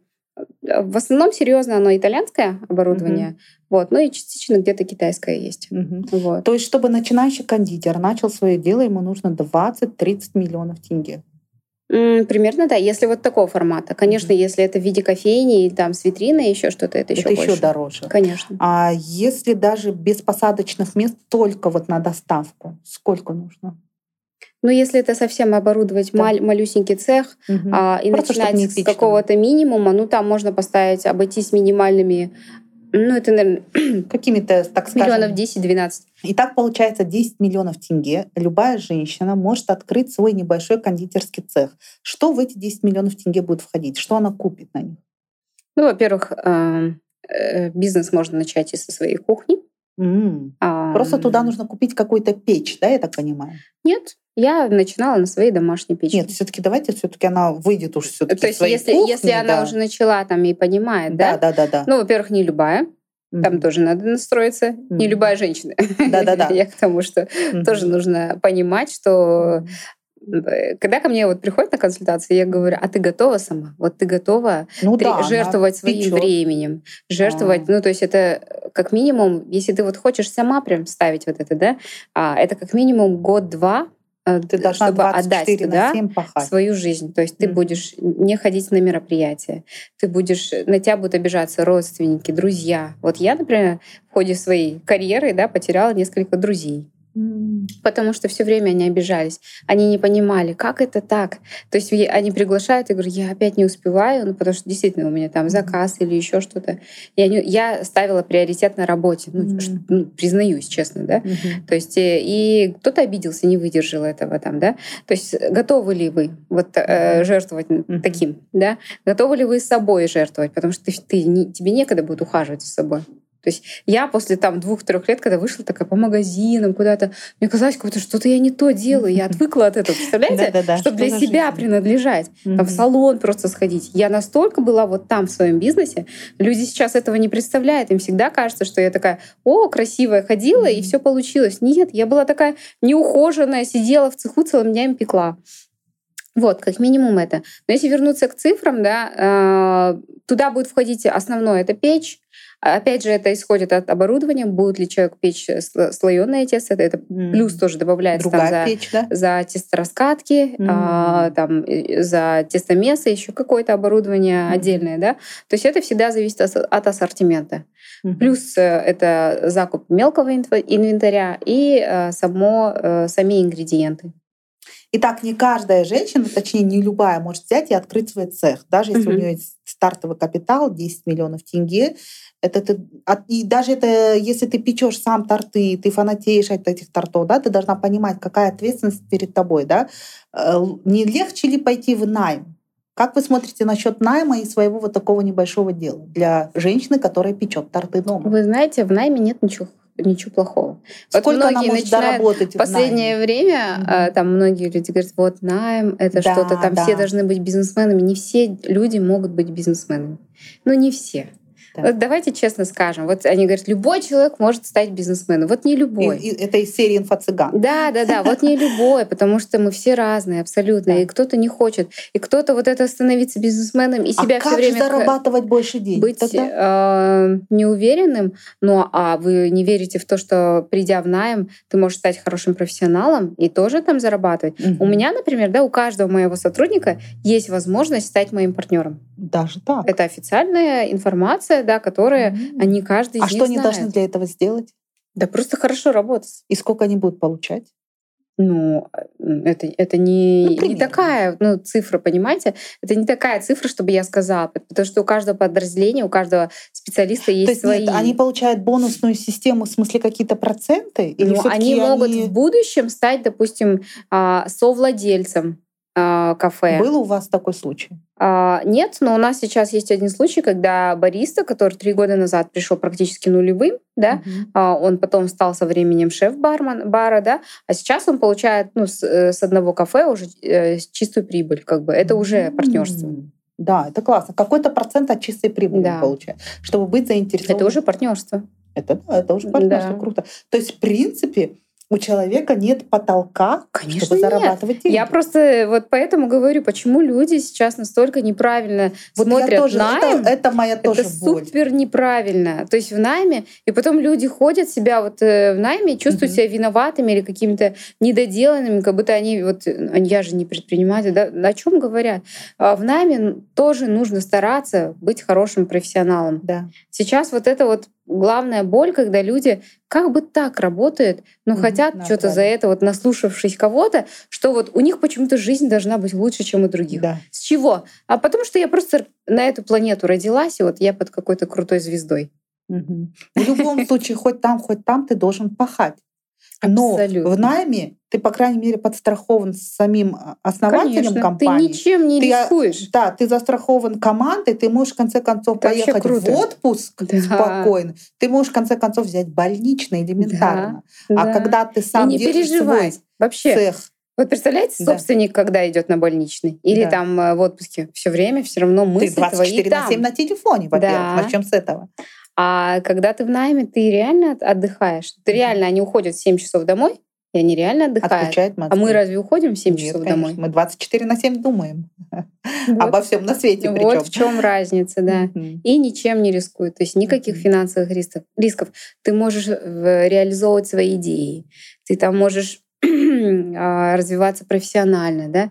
в основном серьезно оно итальянское оборудование, вот, ну и частично где-то китайское есть. Вот. То есть, чтобы начинающий кондитер начал свое дело, ему нужно 20-30 миллионов тенге. Примерно, да, если вот такого формата. Конечно, если это в виде кофейни, там с витриной, еще что-то, это еще больше. Еще дороже. Конечно. А если даже без посадочных мест, только вот на доставку, сколько нужно? Ну, если это совсем оборудовать малюсенький цех и просто начинать с какого-то минимума, там можно обойтись минимальными, это, наверное, какими-то, так скажем, миллионов 10-12. И так получается 10 миллионов тенге. Любая женщина может открыть свой небольшой кондитерский цех. Что в эти 10 миллионов тенге будет входить? Что она купит на них? Ну, во-первых, бизнес можно начать и со своей кухни. Просто туда нужно купить какую-то печь, да, я так понимаю? Нет, я начинала на своей домашней печи. Нет, все-таки она выйдет уж все-таки. То есть, если она уже начала там и понимает, да? Да. Ну, во-первых, не любая. Там тоже надо настроиться. Не любая женщина. Да. Я к тому, что тоже нужно понимать, что когда ко мне приходят на консультацию, я говорю: а ты готова сама? Вот ты готова жертвовать своим временем, жертвовать, то есть это как минимум, если ты хочешь сама прям ставить это, да, это как минимум год-два Ты должна чтобы отдать 24 на туда 7 пахать. свою жизнь. То есть ты будешь не ходить на мероприятия, ты будешь, на тебя будут обижаться родственники, друзья. Вот я, например, в ходе своей карьеры, да, потеряла несколько друзей. Потому что все время они обижались. Они не понимали, как это так. То есть они приглашают, я говорю, я опять не успеваю, потому что действительно у меня там заказ или еще что-то. Я ставила приоритет на работе, признаюсь честно, да. То есть и кто-то обиделся, не выдержал этого там, да. То есть готовы ли вы вот жертвовать таким, да? Готовы ли вы с собой жертвовать, потому что тебе некогда будет ухаживать за собой. То есть я после 2-3 лет, когда вышла такая по магазинам куда-то, мне казалось, как будто что-то я не то делаю. Я отвыкла от этого, представляете? Чтобы для себя принадлежать. В салон просто сходить. Я настолько была вот там в своем бизнесе. Люди сейчас этого не представляют. Им всегда кажется, что я такая, красивая, ходила, и все получилось. Нет, я была такая неухоженная, сидела в цеху целыми днями пекла. Вот, как минимум это. Но если вернуться к цифрам, да, туда будет входить основное — это печь. Опять же, это исходит от оборудования. Будет ли человек печь слоёное тесто? Это плюс тоже добавляется за тестораскатки, за тестомесы, еще какое-то оборудование отдельное. Да? То есть это всегда зависит от ассортимента. Плюс это закуп мелкого инвентаря и сами ингредиенты. Итак, не каждая женщина, точнее не любая, может взять и открыть свой цех. Даже если у нее есть стартовый капитал 10 миллионов тенге. И даже если ты печешь сам торты, ты фанатеешь от этих тортов, да, ты должна понимать, какая ответственность перед тобой. Да? Не легче ли пойти в найм? Как вы смотрите насчет найма и своего вот такого небольшого дела для женщины, которая печет торты дома? Вы знаете, в найме нет ничего плохого. Сколько она может заработать в последнее время там многие люди говорят, вот найм, это что-то там, все должны быть бизнесменами. Не все люди могут быть бизнесменами. Но не все. Вот давайте честно скажем. Вот они говорят, любой человек может стать бизнесменом. Вот не любой. Это из серии «Инфо-цыган». Да. Вот не любой, потому что мы все разные абсолютно. Да. И кто-то не хочет. И кто-то вот это становиться бизнесменом и себя все время... А как же зарабатывать больше денег? Быть неуверенным. А вы не верите в то, что придя в найм, ты можешь стать хорошим профессионалом и тоже там зарабатывать. У меня, например, у каждого моего сотрудника есть возможность стать моим партнером. Даже так? Это официальная информация, да, которые они каждый из них знает. А что они должны для этого сделать? Да просто хорошо работать. И сколько они будут получать? Это не такая цифра, понимаете? Это не такая цифра, чтобы я сказала. Потому что у каждого подразделения, у каждого специалиста есть свои. Нет, они получают бонусную систему, в смысле какие-то проценты? Или они могут в будущем стать, допустим, совладельцем кафе. Был у вас такой случай? Нет, но у нас сейчас есть один случай, когда бариста, который 3 года назад пришел практически нулевым, да, он потом стал со временем шеф-бара, да, а сейчас он получает с одного кафе уже чистую прибыль, это уже партнерство. Да, это классно. Какой-то процент от чистой прибыли он получает, чтобы быть заинтересованным. Это уже партнерство. Это уже партнерство, круто. То есть, в принципе, у человека нет потолка, чтобы зарабатывать деньги. Я просто вот поэтому говорю, почему люди сейчас настолько неправильно смотрят найм. Это моя тоже боль. Это супер неправильно. То есть в найме, и потом люди ходят себя в найме, чувствуют себя виноватыми или какими-то недоделанными, как будто я же не предприниматель. Да? О чем говорят? В найме тоже нужно стараться быть хорошим профессионалом. Да. Сейчас это главная боль, когда люди как бы так работают, но хотят что-то за это, наслушавшись кого-то, что у них почему-то жизнь должна быть лучше, чем у других. Да. С чего? А потому что я просто на эту планету родилась, и я под какой-то крутой звездой. В любом случае, хоть там ты должен пахать. Но в найме ты, по крайней мере, подстрахован самим основателем компании. Ты ничем не рискуешь. Да, ты застрахован командой, ты можешь в конце концов поехать в отпуск спокойно. Ты можешь в конце концов взять больничный элементарно. А когда ты сам держишь свой цех. Вот представляете, собственник, когда идет на больничный или там в отпуске, все время все равно мысли твои там. Ты 24/7 на телефоне, во-первых. Начнем с этого. А когда ты в найме, ты реально отдыхаешь. Они уходят в 7 часов домой, и они реально отдыхают. А мы разве уходим в 7 часов домой? Мы 24/7 думаем. Обо всем на свете причем. Вот в чем разница, да. И ничем не рискуют. То есть никаких финансовых рисков. Ты можешь реализовывать свои идеи. Ты там можешь развиваться профессионально, да,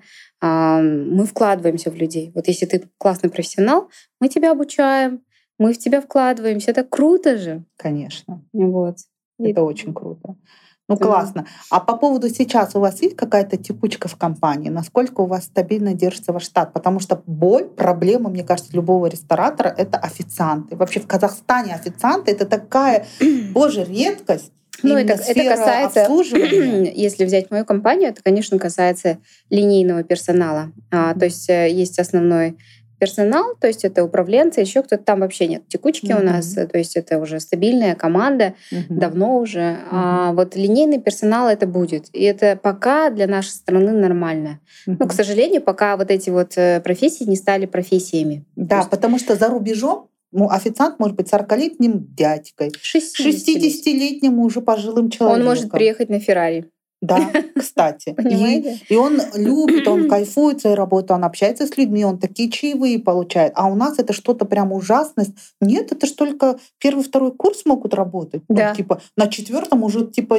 мы вкладываемся в людей. Вот если ты классный профессионал, мы тебя обучаем, мы в тебя вкладываемся. Это круто же. Конечно. Вот. Это очень круто. Ну, классно. А по поводу сейчас у вас есть какая-то текучка в компании? Насколько у вас стабильно держится ваш штат? Потому что проблема, мне кажется, любого ресторатора — это официанты. Вообще в Казахстане официанты — это такая, боже, редкость. Ну, это касается, обслуживания. если взять мою компанию, это, конечно, касается линейного персонала. То есть есть основной персонал, то есть это управленцы, еще кто-то, там вообще нет текучки у нас, то есть это уже стабильная команда, давно уже. А вот линейный персонал это будет. И это пока для нашей страны нормально. Но, к сожалению, пока вот эти вот профессии не стали профессиями. Да, потому что за рубежом официант может быть 40-летним дядькой, 60-летним уже пожилым человеком. Он может приехать на Феррари. Да, кстати. И он любит, он кайфует своей работой, он общается с людьми, он такие чаевые получает. А у нас это что-то прям ужасность. Нет, это ж только первый-второй курс могут работать. Да. Ну, типа на 4-м уже типа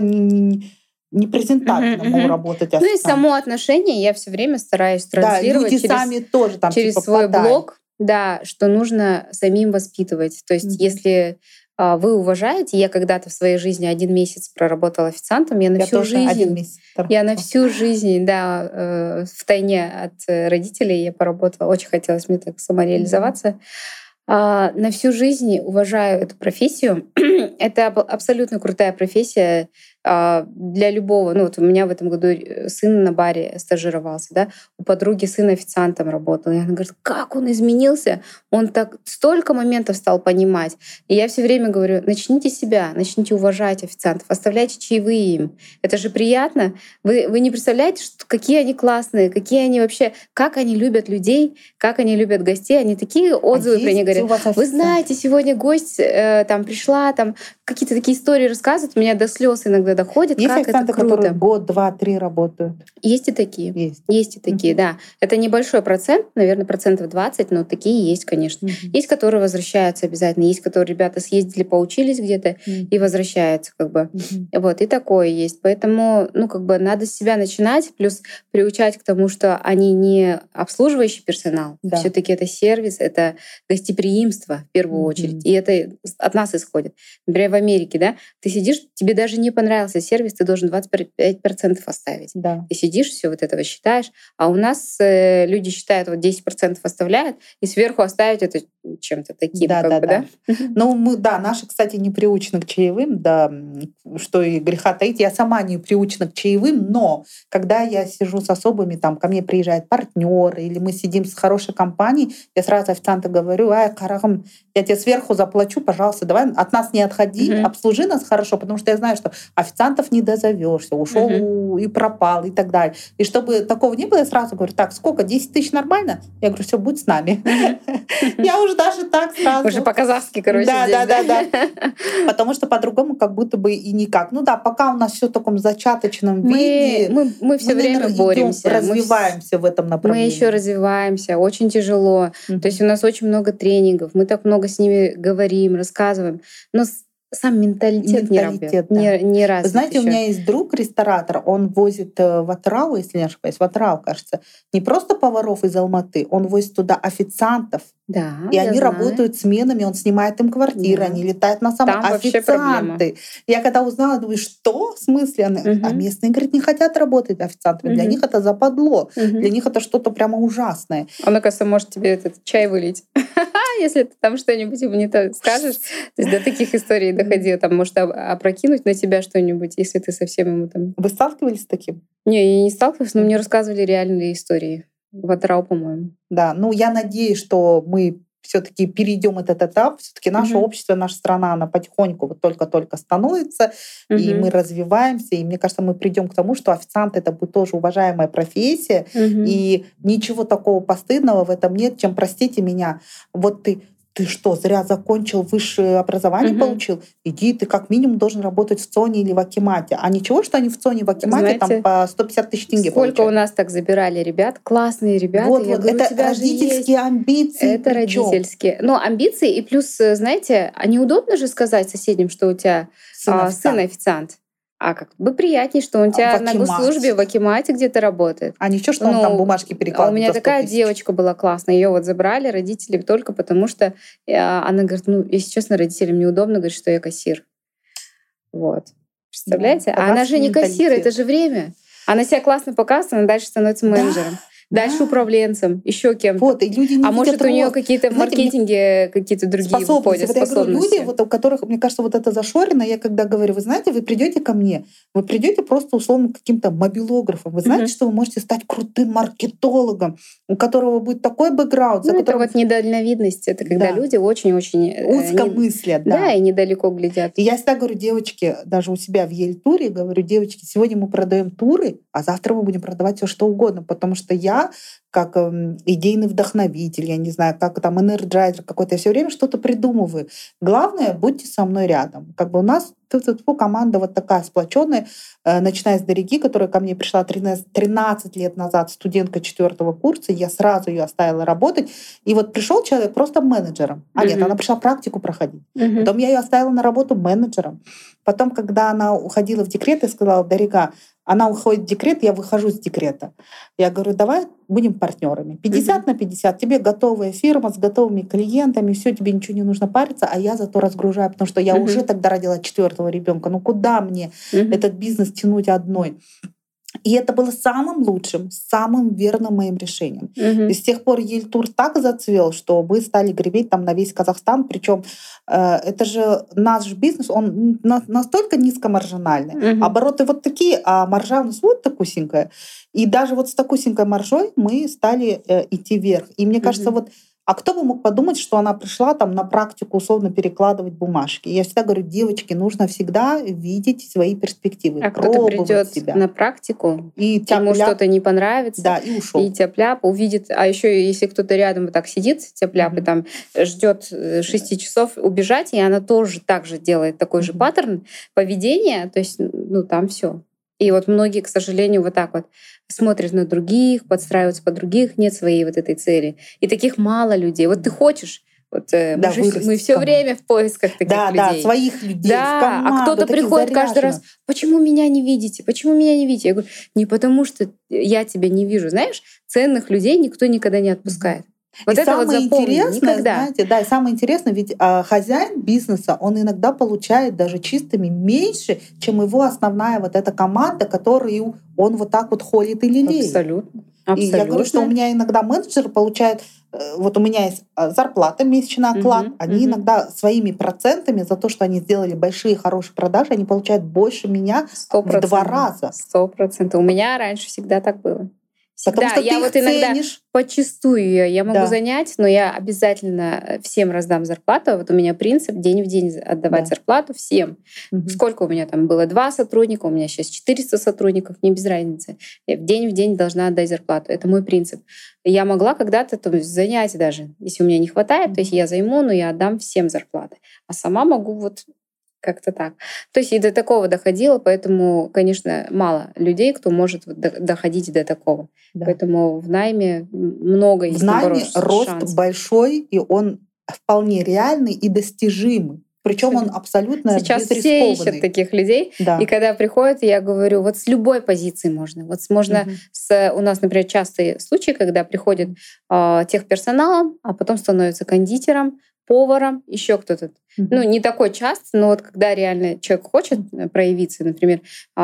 не презентабельно могут работать. Ну и само отношение я все время стараюсь транслировать люди сами тоже там через типа свой блог, да, что нужно самим воспитывать. То есть если вы уважаете, я когда-то в своей жизни 1 месяц проработала официантом, я на всю жизнь, 1 месяц. Я на всю жизнь, да, втайне от родителей я поработала. Очень хотелось мне так самореализоваться. На всю жизнь уважаю эту профессию. Это абсолютно крутая профессия для любого. Ну вот у меня в этом году сын на баре стажировался, да, у подруги сын официантом работал. И она говорит, как он изменился, он так столько моментов стал понимать. И я все время говорю, начните себя, начните уважать официантов, оставляйте чаевые им. Это же приятно. Вы не представляете, какие они классные, какие они вообще, как они любят людей, как они любят гостей. Они такие отзывы про них говорят. Вы знаете, сегодня гость там пришла, там какие-то такие истории рассказывают, меня до слез иногда доходит. Есть как официанты, это круто. которые год, 2, 3 работают? Есть и такие. Есть и такие, Мгм. да. Это небольшой процент, наверное, 20%, но такие есть, конечно. Мгм. Есть, которые возвращаются обязательно. Есть, которые ребята съездили, поучились где-то Мгм. и возвращаются, как бы. Мгм. Вот, и такое есть. Поэтому, ну, как бы надо с себя начинать, плюс приучать к тому, что они не обслуживающий персонал. Да. Все-таки это сервис, это гостеприимство в первую Мгм. очередь. И это от нас исходит. Например, в Америке, да, ты сидишь, тебе даже не понравился сервис, ты должен 25% оставить. Да. Ты сидишь, все вот этого считаешь, а у нас люди считают, вот 10% оставляют, и сверху оставить это чем-то таким, Да, как да, бы, да. да? Ну, наши, кстати, не приучены к чаевым, да, что и греха таить. Я сама не приучена к чаевым, но когда я сижу с особыми, там, ко мне приезжает партнер, или мы сидим с хорошей компанией, я сразу официанту говорю, карагым, я тебе сверху заплачу, пожалуйста, давай от нас не отходи, обслужи нас хорошо, потому что я знаю, что официантов не дозовешься, ушел и пропал, и так далее. И чтобы такого не было, я сразу говорю, так, сколько, 10 тысяч нормально? Я говорю, все, будь с нами. Я уже даже так сразу. Уже по-казахски, короче, Да, здесь, да, да, да. Потому что по-другому как будто бы и никак. Ну да, пока у нас все в таком зачаточном виде. Мы все время боремся. Развиваемся в этом направлении. Мы еще развиваемся, очень тяжело. То есть у нас очень много тренингов, мы так много с ними говорим, рассказываем. Но сам менталитет не работает. Да. Не раз. Вы знаете, у меня есть друг, ресторатор, он возит в Атырау, если не ошибаюсь, в Атырау, кажется, не просто поваров из Алматы, он возит туда официантов. Да, и они работают сменами, он снимает им квартиры, они летают на самолете. Официанты. Я когда узнала, думаю, что? В смысле? А местные, говорит, не хотят работать официантами. Для них это западло. Для них это что-то прямо ужасное. Он, оказывается, может тебе этот чай вылить. Если ты там что-нибудь ему не то скажешь. То есть до таких историй доходило. Там может опрокинуть на тебя что-нибудь, если ты совсем ему там... Вы сталкивались с таким? Не, я не сталкивалась, но мне рассказывали реальные истории. В Атырау, по-моему. Да, ну я надеюсь, что мы все-таки перейдем этот этап. Все-таки наше общество, наша страна, она потихоньку вот только-только становится, и мы развиваемся. И мне кажется, мы придем к тому, что официант это будет тоже уважаемая профессия, и ничего такого постыдного в этом нет, чем, простите меня, вот ты что, зря закончил, высшее образование получил? Иди, ты как минимум должен работать в ЦОНе или в Акимате. А ничего, что они в ЦОНе, в Акимате там по 150 тысяч тенге получают. Сколько у нас так забирали ребят, классные ребята. Вот, это родительские амбиции. Это родительские. Но амбиции, и плюс, знаете, а неудобно же сказать соседям, что у тебя сын официант. А как бы приятнее, что он у тебя на госслужбе в Акимате где-то работает. А ничего, что он там бумажки перекладывает. А у меня такая девочка была классная. Ее вот забрали родители только потому, что она говорит, если честно, родителям неудобно, говорит, что я кассир. Вот. Представляете? А она же не кассир, это же время. Она себя классно показывает, она дальше становится менеджером. Дальше управленцем, еще кем-то. Вот, и люди не может, у нее какие-то в маркетинге какие-то другие выходят способности. Я говорю, люди, вот, у которых, мне кажется, вот это зашорено, я когда говорю, вы знаете, вы придете ко мне, вы придете просто условно каким-то мобилографом. Вы знаете, что вы можете стать крутым маркетологом, у которого будет такой бэкграунд. Это вот недальновидность. Это когда люди очень-очень узко мыслят. Да, и недалеко глядят. И я всегда говорю, девочки, даже у себя в Ель-туре, говорю, девочки, сегодня мы продаем туры, а завтра мы будем продавать все что угодно, потому что я как идейный вдохновитель, я не знаю, как там энерджайзер какой-то, я все время что-то придумываю. Главное, будьте со мной рядом. Как бы у нас команда вот такая сплоченная, начиная с Дариги, которая ко мне пришла 13 лет назад, студентка 4-го курса, я сразу ее оставила работать. И вот пришел человек просто менеджером. Нет, она пришла практику проходить. Потом я ее оставила на работу менеджером. Потом, когда она уходила в декрет, я сказала, Дарига, она уходит в декрет, я выхожу с декрета. Я говорю, давай будем партнерами. 50 на 50. Тебе готовая фирма с готовыми клиентами, все, тебе ничего не нужно париться, а я зато разгружаю, потому что я уже тогда родила 4-го ребенка. Ну куда мне этот бизнес тянуть одной? И это было самым лучшим, самым верным моим решением. И с тех пор Ель-тур так зацвел, что мы стали греметь там на весь Казахстан. Причем это же наш бизнес, он настолько низкомаржинальный. Обороты вот такие, а маржа у нас вот такусенькая. И даже вот с такусенькой маржой мы стали идти вверх. И мне кажется, вот а кто бы мог подумать, что она пришла там на практику условно перекладывать бумажки? Я всегда говорю, девочки, нужно всегда видеть свои перспективы, а кто-то придет на практику, и ему что-то не понравится, да, и ушел. И тяп-ляп увидит. А еще если кто-то рядом вот так сидит, тяп-ляп, и там ждет 6 часов убежать, и она тоже так же делает такой же паттерн поведения, то есть там все. И вот многие, к сожалению, вот так вот смотрят на других, подстраиваются под других, нет своей вот этой цели. И таких мало людей. Вот ты хочешь, вот мы все время в поисках таких людей. Да, своих людей, в команду, а кто-то приходит каждый раз, почему меня не видите? Почему меня не видите? Я говорю, не потому что я тебя не вижу. Знаешь, ценных людей никто никогда не отпускает. Вот и это самое вот запомни, интересное, знаете, и самое интересное, ведь хозяин бизнеса, он иногда получает даже чистыми меньше, чем его основная вот эта команда, которую он вот так вот холит и лелеет. Абсолютно. И я говорю, что у меня иногда менеджеры получают, вот у меня есть зарплата, месячный оклад, они иногда своими процентами за то, что они сделали большие хорошие продажи, они получают больше меня 100%. В 2 раза. 100%. У меня раньше всегда так было. Потому что я ты вот их иногда ценишь. почастую я могу занять, но я обязательно всем раздам зарплату. Вот у меня принцип день в день отдавать зарплату всем. Сколько у меня там было? 2 сотрудника, у меня сейчас 400 сотрудников, не без разницы. Я в день должна отдать зарплату. Это мой принцип. Я могла когда-то занять даже, если у меня не хватает, то есть я займу, но я отдам всем зарплаты. А сама могу вот как-то так. То есть и до такого доходило, поэтому, конечно, мало людей, кто может доходить до такого. Да. Поэтому в найме много есть, наоборот, шансов. В найме рост большой, и он вполне реальный и достижимый. Причем он абсолютно сейчас все ищут таких людей. Да. И когда приходят, я говорю, вот с любой позиции можно. Вот можно у нас, например, частые случаи, когда приходит техперсоналом, а потом становится кондитером, поваром, еще кто-то. Не такой часто, но вот когда реально человек хочет проявиться, например,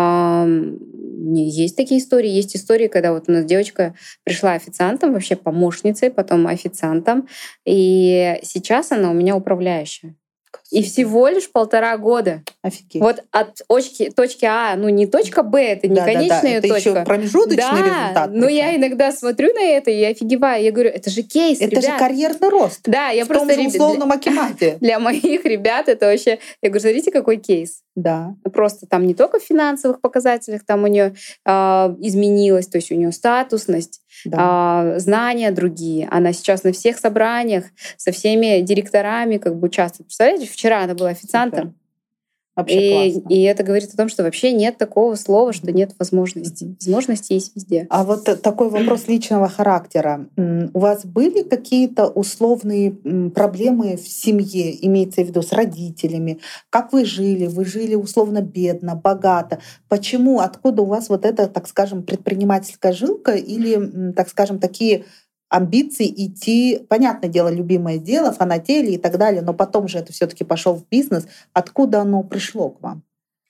есть такие истории. Есть истории, когда вот у нас девочка пришла официантом, вообще помощницей, потом официантом, и сейчас она у меня управляющая. И всего лишь 1,5 года. Офигеть. Вот от точки А, не точка Б, это не конечная это точка. Еще промежуточный результат. Но я иногда смотрю на это и офигеваю. Я говорю, это же кейс, это ребят. же карьерный рост. Да, я в просто... том же условном Акимате. Для моих ребят это вообще... Я говорю, смотрите, какой кейс. Да. Просто там не только в финансовых показателях там у нее изменилось, то есть у нее статусность, знания другие. Она сейчас на всех собраниях со всеми директорами участвует. Представляете, вчера она была официантом. Вообще классно. И это говорит о том, что вообще нет такого слова, что нет возможностей. Возможности есть везде. А вот такой вопрос личного характера. У вас были какие-то условные проблемы в семье, имеется в виду с родителями? Как вы жили? Вы жили условно бедно, богато? Почему, откуда у вас вот эта, так скажем, предпринимательская жилка или, так скажем, такие амбиции идти, понятное дело, любимое дело, фанатели и так далее, но потом же это все-таки пошел в бизнес. Откуда оно пришло к вам?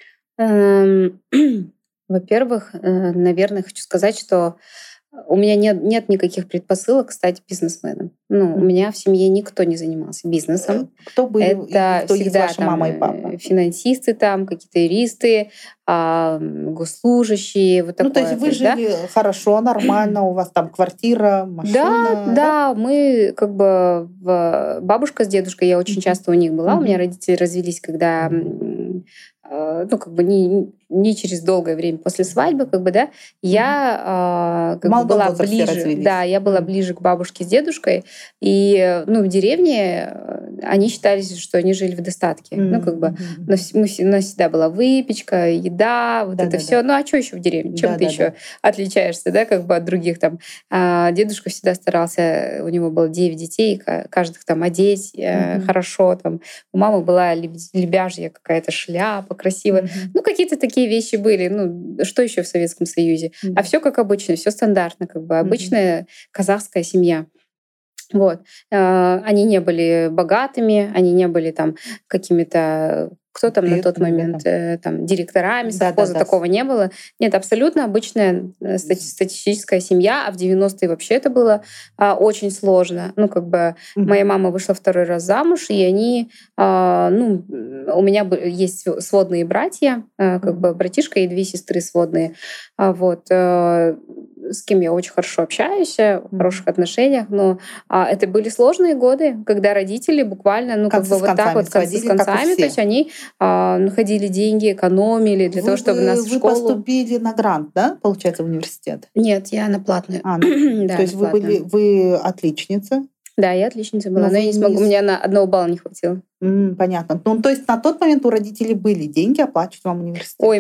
Во-первых, наверное, хочу сказать, что у меня нет никаких предпосылок стать бизнесменом. Ну, у меня в семье никто не занимался бизнесом. Кто были, Это кто есть всегда ваша мама и папа? Финансисты, там какие-то юристы, госслужащие, вот такое. Ну, то есть вы жили хорошо, нормально, у вас там квартира, машина? Да, мы как бы бабушка с дедушкой, я очень часто у них была. У меня родители развелись, когда ну, как бы не через долгое время после свадьбы, как бы, да, я как бы была ближе, да, я была ближе к бабушке с дедушкой, и, ну, в деревне они считались, что они жили в достатке, ну, как бы, у нас всегда была выпечка, еда, вот это все. Ну, а что еще в деревне? Чем ты еще отличаешься, да, как бы от других там? Дедушка всегда старался, у него было 9 детей, каждых там одеть хорошо, там, у мамы была лебяжья какая-то шляпа красивая, ну, какие-то такие вещи были. Ну, что еще в Советском Союзе? А все как обычно, все стандартно, как бы обычная казахская семья. Вот. Они не были богатыми, они не были там какими-то... Кто там на тот момент там, директорами совхоза, такого не было. Нет, абсолютно обычная статистическая семья, а в 90-е вообще это было очень сложно. Ну, как бы моя мама вышла второй раз замуж, и они... ну, у меня есть сводные братья, как бы братишка и 2 сестры сводные. Вот. С кем я очень хорошо общаюсь, в хороших отношениях, но это были сложные годы, когда родители буквально, ну, как бы вот так вот концы с концами, то есть они находили деньги, экономили для того, чтобы нас в школу... Вы поступили на грант, да, получается, в университет? Нет, я на платную. То есть вы отличница? Да, я отличница была, но я не смогу, у меня на 1 балла не хватило. Понятно. Ну, то есть на тот момент у родителей были деньги оплачивать вам университет? Ой,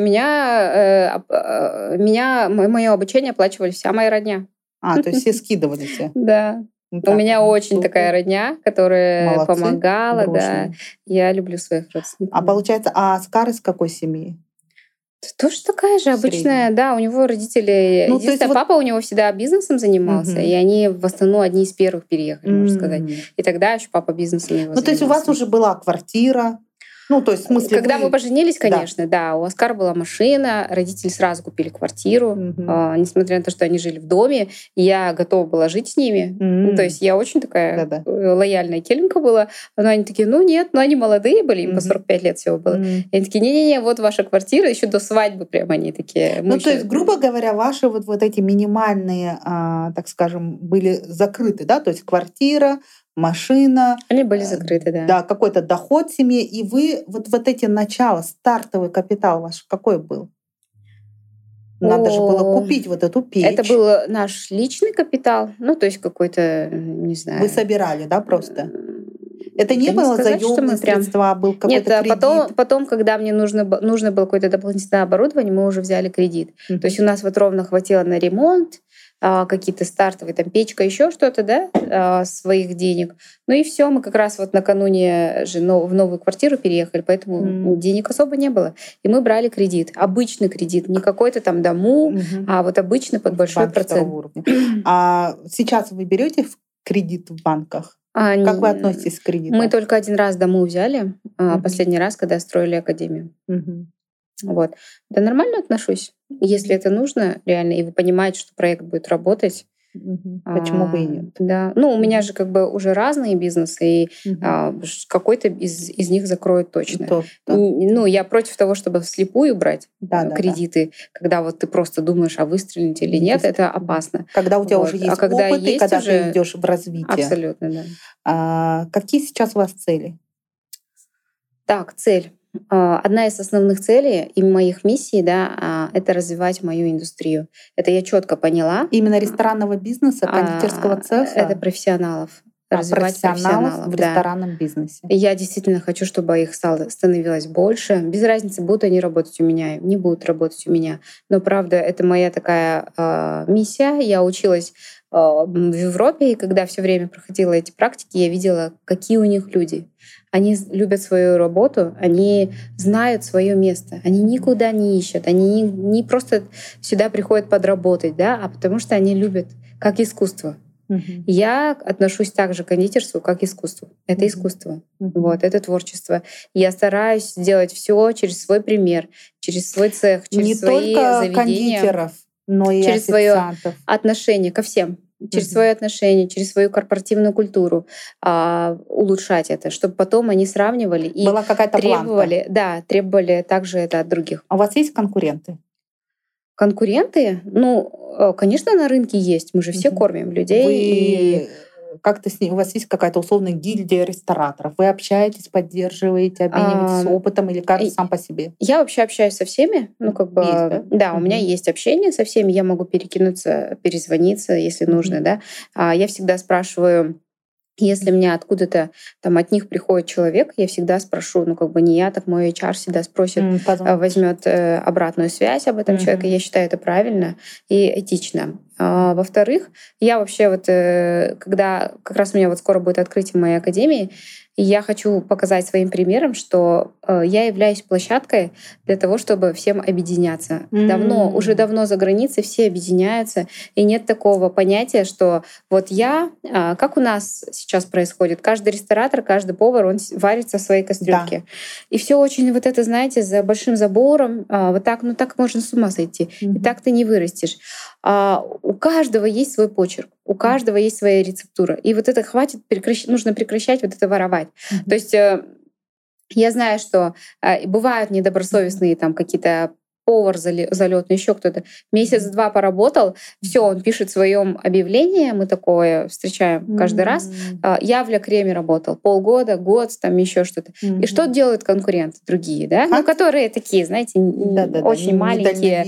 мое обучение оплачивали вся моя родня. То есть все скидывали все? Да. У меня очень такая родня, которая помогала. Да. Я люблю своих родственников. А получается, Оскар из какой семьи? Тоже такая же обычная, да, у него родители... Ну, единственное, папа у него всегда бизнесом занимался, и они в основном одни из первых переехали, можно сказать. И тогда еще папа бизнесом его занимался. Ну, то есть у вас уже была квартира? Ну, то есть, в смысле, когда мы поженились, конечно, да. У Оскара была машина, родители сразу купили квартиру, несмотря на то, что они жили в доме, я готова была жить с ними. Ну, то есть я очень такая лояльная келенка была. Но они такие, ну нет, но они молодые были, им по 45 лет всего было. И они такие, не-не-не, вот ваша квартира, еще до свадьбы прям они такие. Ну, то есть, грубо говоря, ваши вот эти минимальные, так скажем, были закрыты, да? То есть квартира, машина. Они были закрыты, да. Да, какой-то доход семье. И вы, вот эти начала, стартовый капитал ваш какой был? Надо же было купить вот эту печь. Это был наш личный капитал, ну, то есть какой-то, не знаю. Вы собирали, да, просто? Это не было заёмные средства, а был какой-то кредит? Нет, потом, когда мне нужно было какое-то дополнительное оборудование, мы уже взяли кредит. То есть у нас вот ровно хватило на ремонт, какие-то стартовые, там, печка, еще что-то, да, своих денег. Ну и все, мы как раз вот накануне же в новую квартиру переехали, поэтому денег особо не было. И мы брали кредит, обычный кредит, не какой-то там дому, а вот обычный под большой процент. А сейчас вы берете кредит в банках? Как вы относитесь к кредиту? Мы только 1 раз дому взяли, последний раз, когда строили академию. Вот. Да, нормально отношусь. Если это нужно реально, и вы понимаете, что проект будет работать. Почему бы и нет? Да. Ну, у меня же как бы уже разные бизнесы, и какой-то из них закроют точно. Ну, я против того, чтобы вслепую брать кредиты, когда вот ты просто думаешь, выстрелить или нет, это опасно. Когда у тебя уже есть опыт, и когда ты идешь в развитие. Абсолютно, да. Какие сейчас у вас цели? Так, цель. Одна из основных целей и моих миссий, да, это развивать мою индустрию. Это я четко поняла. Именно ресторанного бизнеса, кондитерского цеха? Это профессионалов. развивать профессионалов в да. ресторанном бизнесе. И я действительно хочу, чтобы их становилось больше. Без разницы, будут они работать у меня, не будут работать у меня. Но правда, это моя такая миссия. Я училась в Европе, и когда все время проходила эти практики, я видела, какие у них люди. Они любят свою работу, они знают свое место, они никуда не ищут, они не просто сюда приходят подработать, да, а потому что они любят как искусство. Я отношусь также к кондитерству как к искусству. Это искусство, вот, это творчество. Я стараюсь делать все через свой пример, через свой цех, через не свои только заведения, кондитеров, но и через свое официантов. отношение ко всем. Через свои отношения, через свою корпоративную культуру улучшать это, чтобы потом они сравнивали и была какая-то требовали, требовали также это от других. А у вас есть конкуренты? Конкуренты? Ну, конечно, на рынке есть. Мы же все кормим людей. Вы как-то с ней, у вас есть какая-то условная гильдия рестораторов? Вы общаетесь, поддерживаете, обмениваетесь опытом или каждый сам по себе? Я вообще общаюсь со всеми. Ну, как бы, есть, да, у меня есть общение со всеми. Я могу перекинуться, перезвониться, если нужно, да. Я всегда спрашиваю. Если мне откуда-то там от них приходит человек, я всегда спрошу, ну как бы не я, так мой HR всегда спросит, возьмет обратную связь об этом человеке. Я считаю это правильно и этично. Во-вторых, я вообще вот, когда как раз у меня вот скоро будет открытие моей академии, и я хочу показать своим примером, что я являюсь площадкой для того, чтобы всем объединяться. Уже давно за границей все объединяются, и нет такого понятия, что вот я, как у нас сейчас происходит, каждый ресторатор, каждый повар, он варится в своей кастрюльке. Да. И все очень вот это, знаете, за большим забором, вот так, ну так можно с ума сойти, и так ты не вырастешь. У каждого есть свой почерк, у каждого есть своя рецептура. И вот это хватит, нужно прекращать вот это воровать. То есть я знаю, что бывают недобросовестные там какие-то повар залетный, еще кто-то. Месяц-два поработал, все, он пишет в своем объявлении, мы такое встречаем каждый раз. Я в Ля Креме работал полгода, год, там еще что-то. И что делают конкуренты другие, да? Ну, которые такие, знаете, очень маленькие.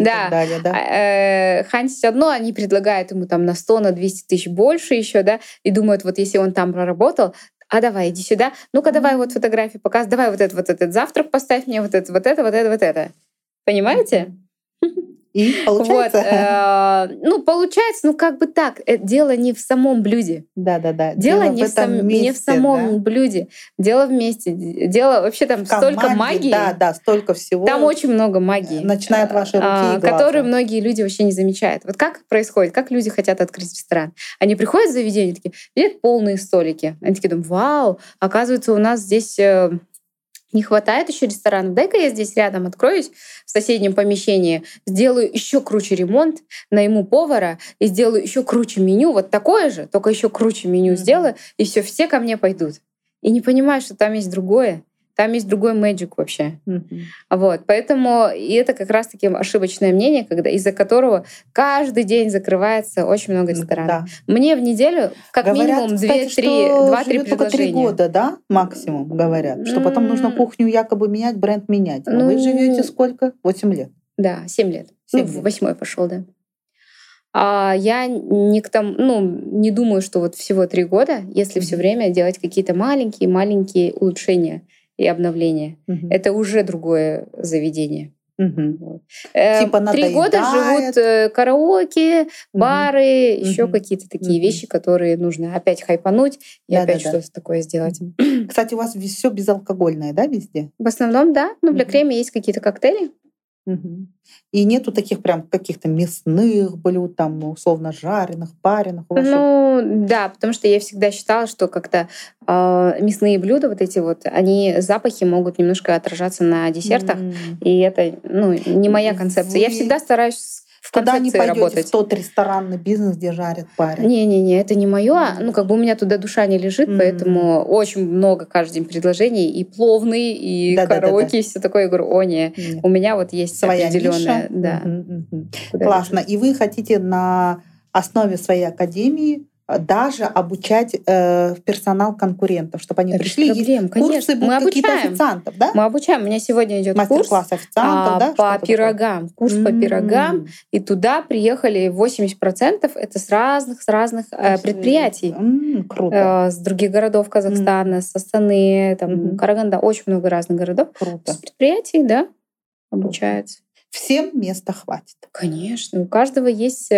Да. Хантить одно, они предлагают ему там на 100, на 200 тысяч больше еще, да, и думают, вот если он там проработал, давай, иди сюда, ну-ка давай вот фотографии показывай, давай вот этот завтрак поставь мне, вот это. Понимаете? И получается? Вот, получается, как бы так. Дело не в самом блюде. Да. Дело не в самом блюде. Дело вместе. Дело вообще там столько магии. Да, столько всего. Там очень много магии. Начиная от вашей руки и глаза. Которую многие люди вообще не замечают. Вот как происходит, как люди хотят открыть ресторан. Они приходят в заведение, такие, видят полные столики. Они такие думают, вау, оказывается, у нас здесь не хватает еще ресторанов. Дай-ка я здесь рядом откроюсь в соседнем помещении, сделаю еще круче ремонт, найму повара и сделаю еще круче меню, вот такое же, только еще круче меню сделаю, и все ко мне пойдут. И не понимаю, что там есть другое. Там есть другой magic вообще. Вот. Поэтому и это как раз-таки ошибочное мнение, из-за которого каждый день закрывается очень много ресторанов. Да. Мне в неделю как минимум 2-3 предложения. Только 3 года, да, максимум, говорят. Что потом нужно кухню якобы менять, бренд менять. Но вы живете сколько? 8 лет? Да, 7 лет. 8-й пошел, да. Я не думаю, что вот всего 3 года, если все время делать какие-то маленькие улучшения и обновления. Это уже другое заведение. Вот. Типа 3 года живут караоке, бары, еще какие-то такие вещи, которые нужно опять хайпануть и опять что-то такое сделать. Кстати, у вас все безалкогольное, да, везде? В основном, да. Но в Ля Креме есть какие-то коктейли. И нету таких прям каких-то мясных блюд, там, условно жареных, пареных? Да, потому что я всегда считала, что как-то мясные блюда, вот эти вот, они запахи могут немножко отражаться на десертах, и это не моя концепция. Я всегда стараюсь в концепции не пойдете работать. В тот ресторанный бизнес, где жарят парень? Не, это не мое. У меня туда душа не лежит, поэтому очень много каждый день предложений, и пловные, и караоке, и все такое. Я говорю, нет. У меня вот есть своя определенная. Ниша. Да. Классно. И вы хотите на основе своей академии даже обучать персонал конкурентов, чтобы они пришли. Есть курсы будут какие-то официантов, да? Мы обучаем. У меня сегодня идет мастер-класс официантов, да? По пирогам. Курс по пирогам. И туда приехали 80% это с разных предприятий. Круто. С других городов Казахстана, с Астаны, Караганда. Очень много разных городов. Круто. С предприятий, да, обучаются. Всем места хватит. Конечно. У каждого есть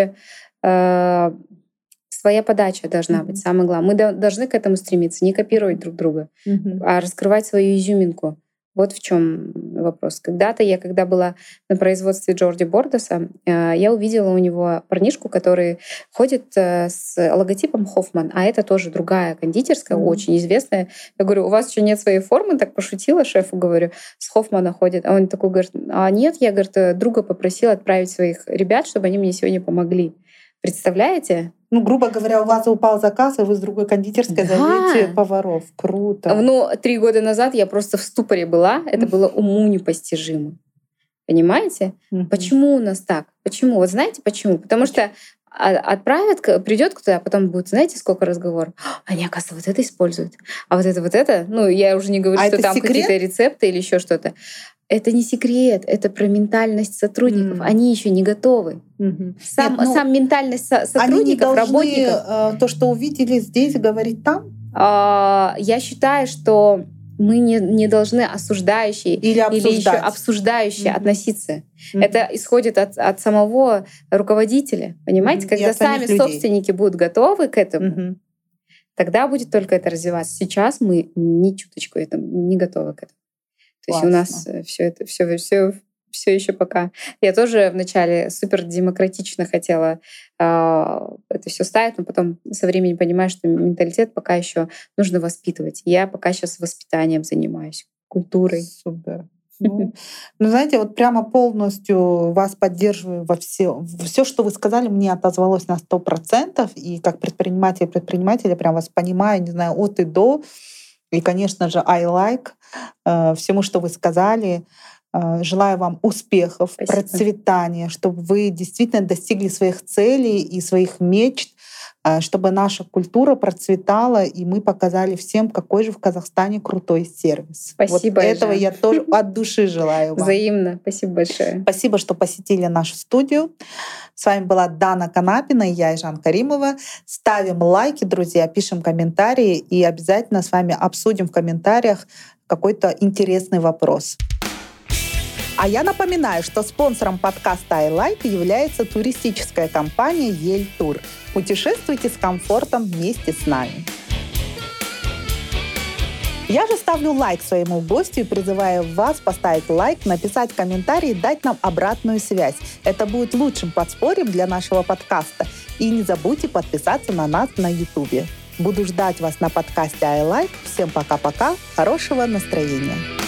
своя подача должна быть, самое главное. Мы должны к этому стремиться, не копировать друг друга, а раскрывать свою изюминку. Вот в чем вопрос. Когда-то я, когда была на производстве Джорди Бордоса, я увидела у него парнишку, который ходит с логотипом Хоффман, а это тоже другая кондитерская, очень известная. Я говорю, у вас что, нет своей формы? Так пошутила шефу, говорю, с Хоффмана ходит. А он такой говорит, а нет, я, говорит, друга попросила отправить своих ребят, чтобы они мне сегодня помогли. Представляете? Грубо говоря, у вас упал заказ, и вы с другой кондитерской зовете поваров. Круто. 3 года назад я просто в ступоре была. Это было уму непостижимо. Понимаете? Почему у нас так? Почему? Вот знаете почему? Потому что отправят, придет кто-то, а потом будет, знаете, сколько разговоров. Они, оказывается, вот это используют. А вот это. Я уже не говорю, что там секрет? Какие-то рецепты или еще что-то. Это не секрет, это про ментальность сотрудников. Они еще не готовы. Сам ментальность сотрудников, работников. То, что увидели здесь, говорить там? Я считаю, что мы не должны осуждающие или еще обсуждающие относиться. Это исходит от самого руководителя. Понимаете? Когда сами собственники будут готовы к этому, тогда будет только это развиваться. Сейчас мы ни чуточку не готовы к этому. То есть у нас все еще пока. Я тоже вначале супер демократично хотела это все ставить, но потом со временем понимаю, что менталитет пока еще нужно воспитывать. Я пока сейчас воспитанием занимаюсь, культурой. Супер. Знаете, вот прямо полностью вас поддерживаю во все. Все, что вы сказали, мне отозвалось на 100%. И как предприниматель, я прям вас понимаю, не знаю, от и до. И, конечно же, I like всему, что вы сказали. Желаю вам успехов, процветания, чтобы вы действительно достигли своих целей и своих мечт, чтобы наша культура процветала, и мы показали всем, какой же в Казахстане крутой сервис. Спасибо. Этого я тоже от души желаю вам. Взаимно. Спасибо большое. Спасибо, что посетили нашу студию. С вами была Дана Канапина и я, Айжан Каримова. Ставим лайки, друзья, пишем комментарии и обязательно с вами обсудим в комментариях какой-то интересный вопрос. А я напоминаю, что спонсором подкаста I Like является туристическая компания Ель-Тур. Путешествуйте с комфортом вместе с нами. Я же ставлю лайк своему гостю и призываю вас поставить лайк, написать комментарий и дать нам обратную связь. Это будет лучшим подспорьем для нашего подкаста. И не забудьте подписаться на нас на YouTube. Буду ждать вас на подкасте I Like. Всем пока-пока. Хорошего настроения.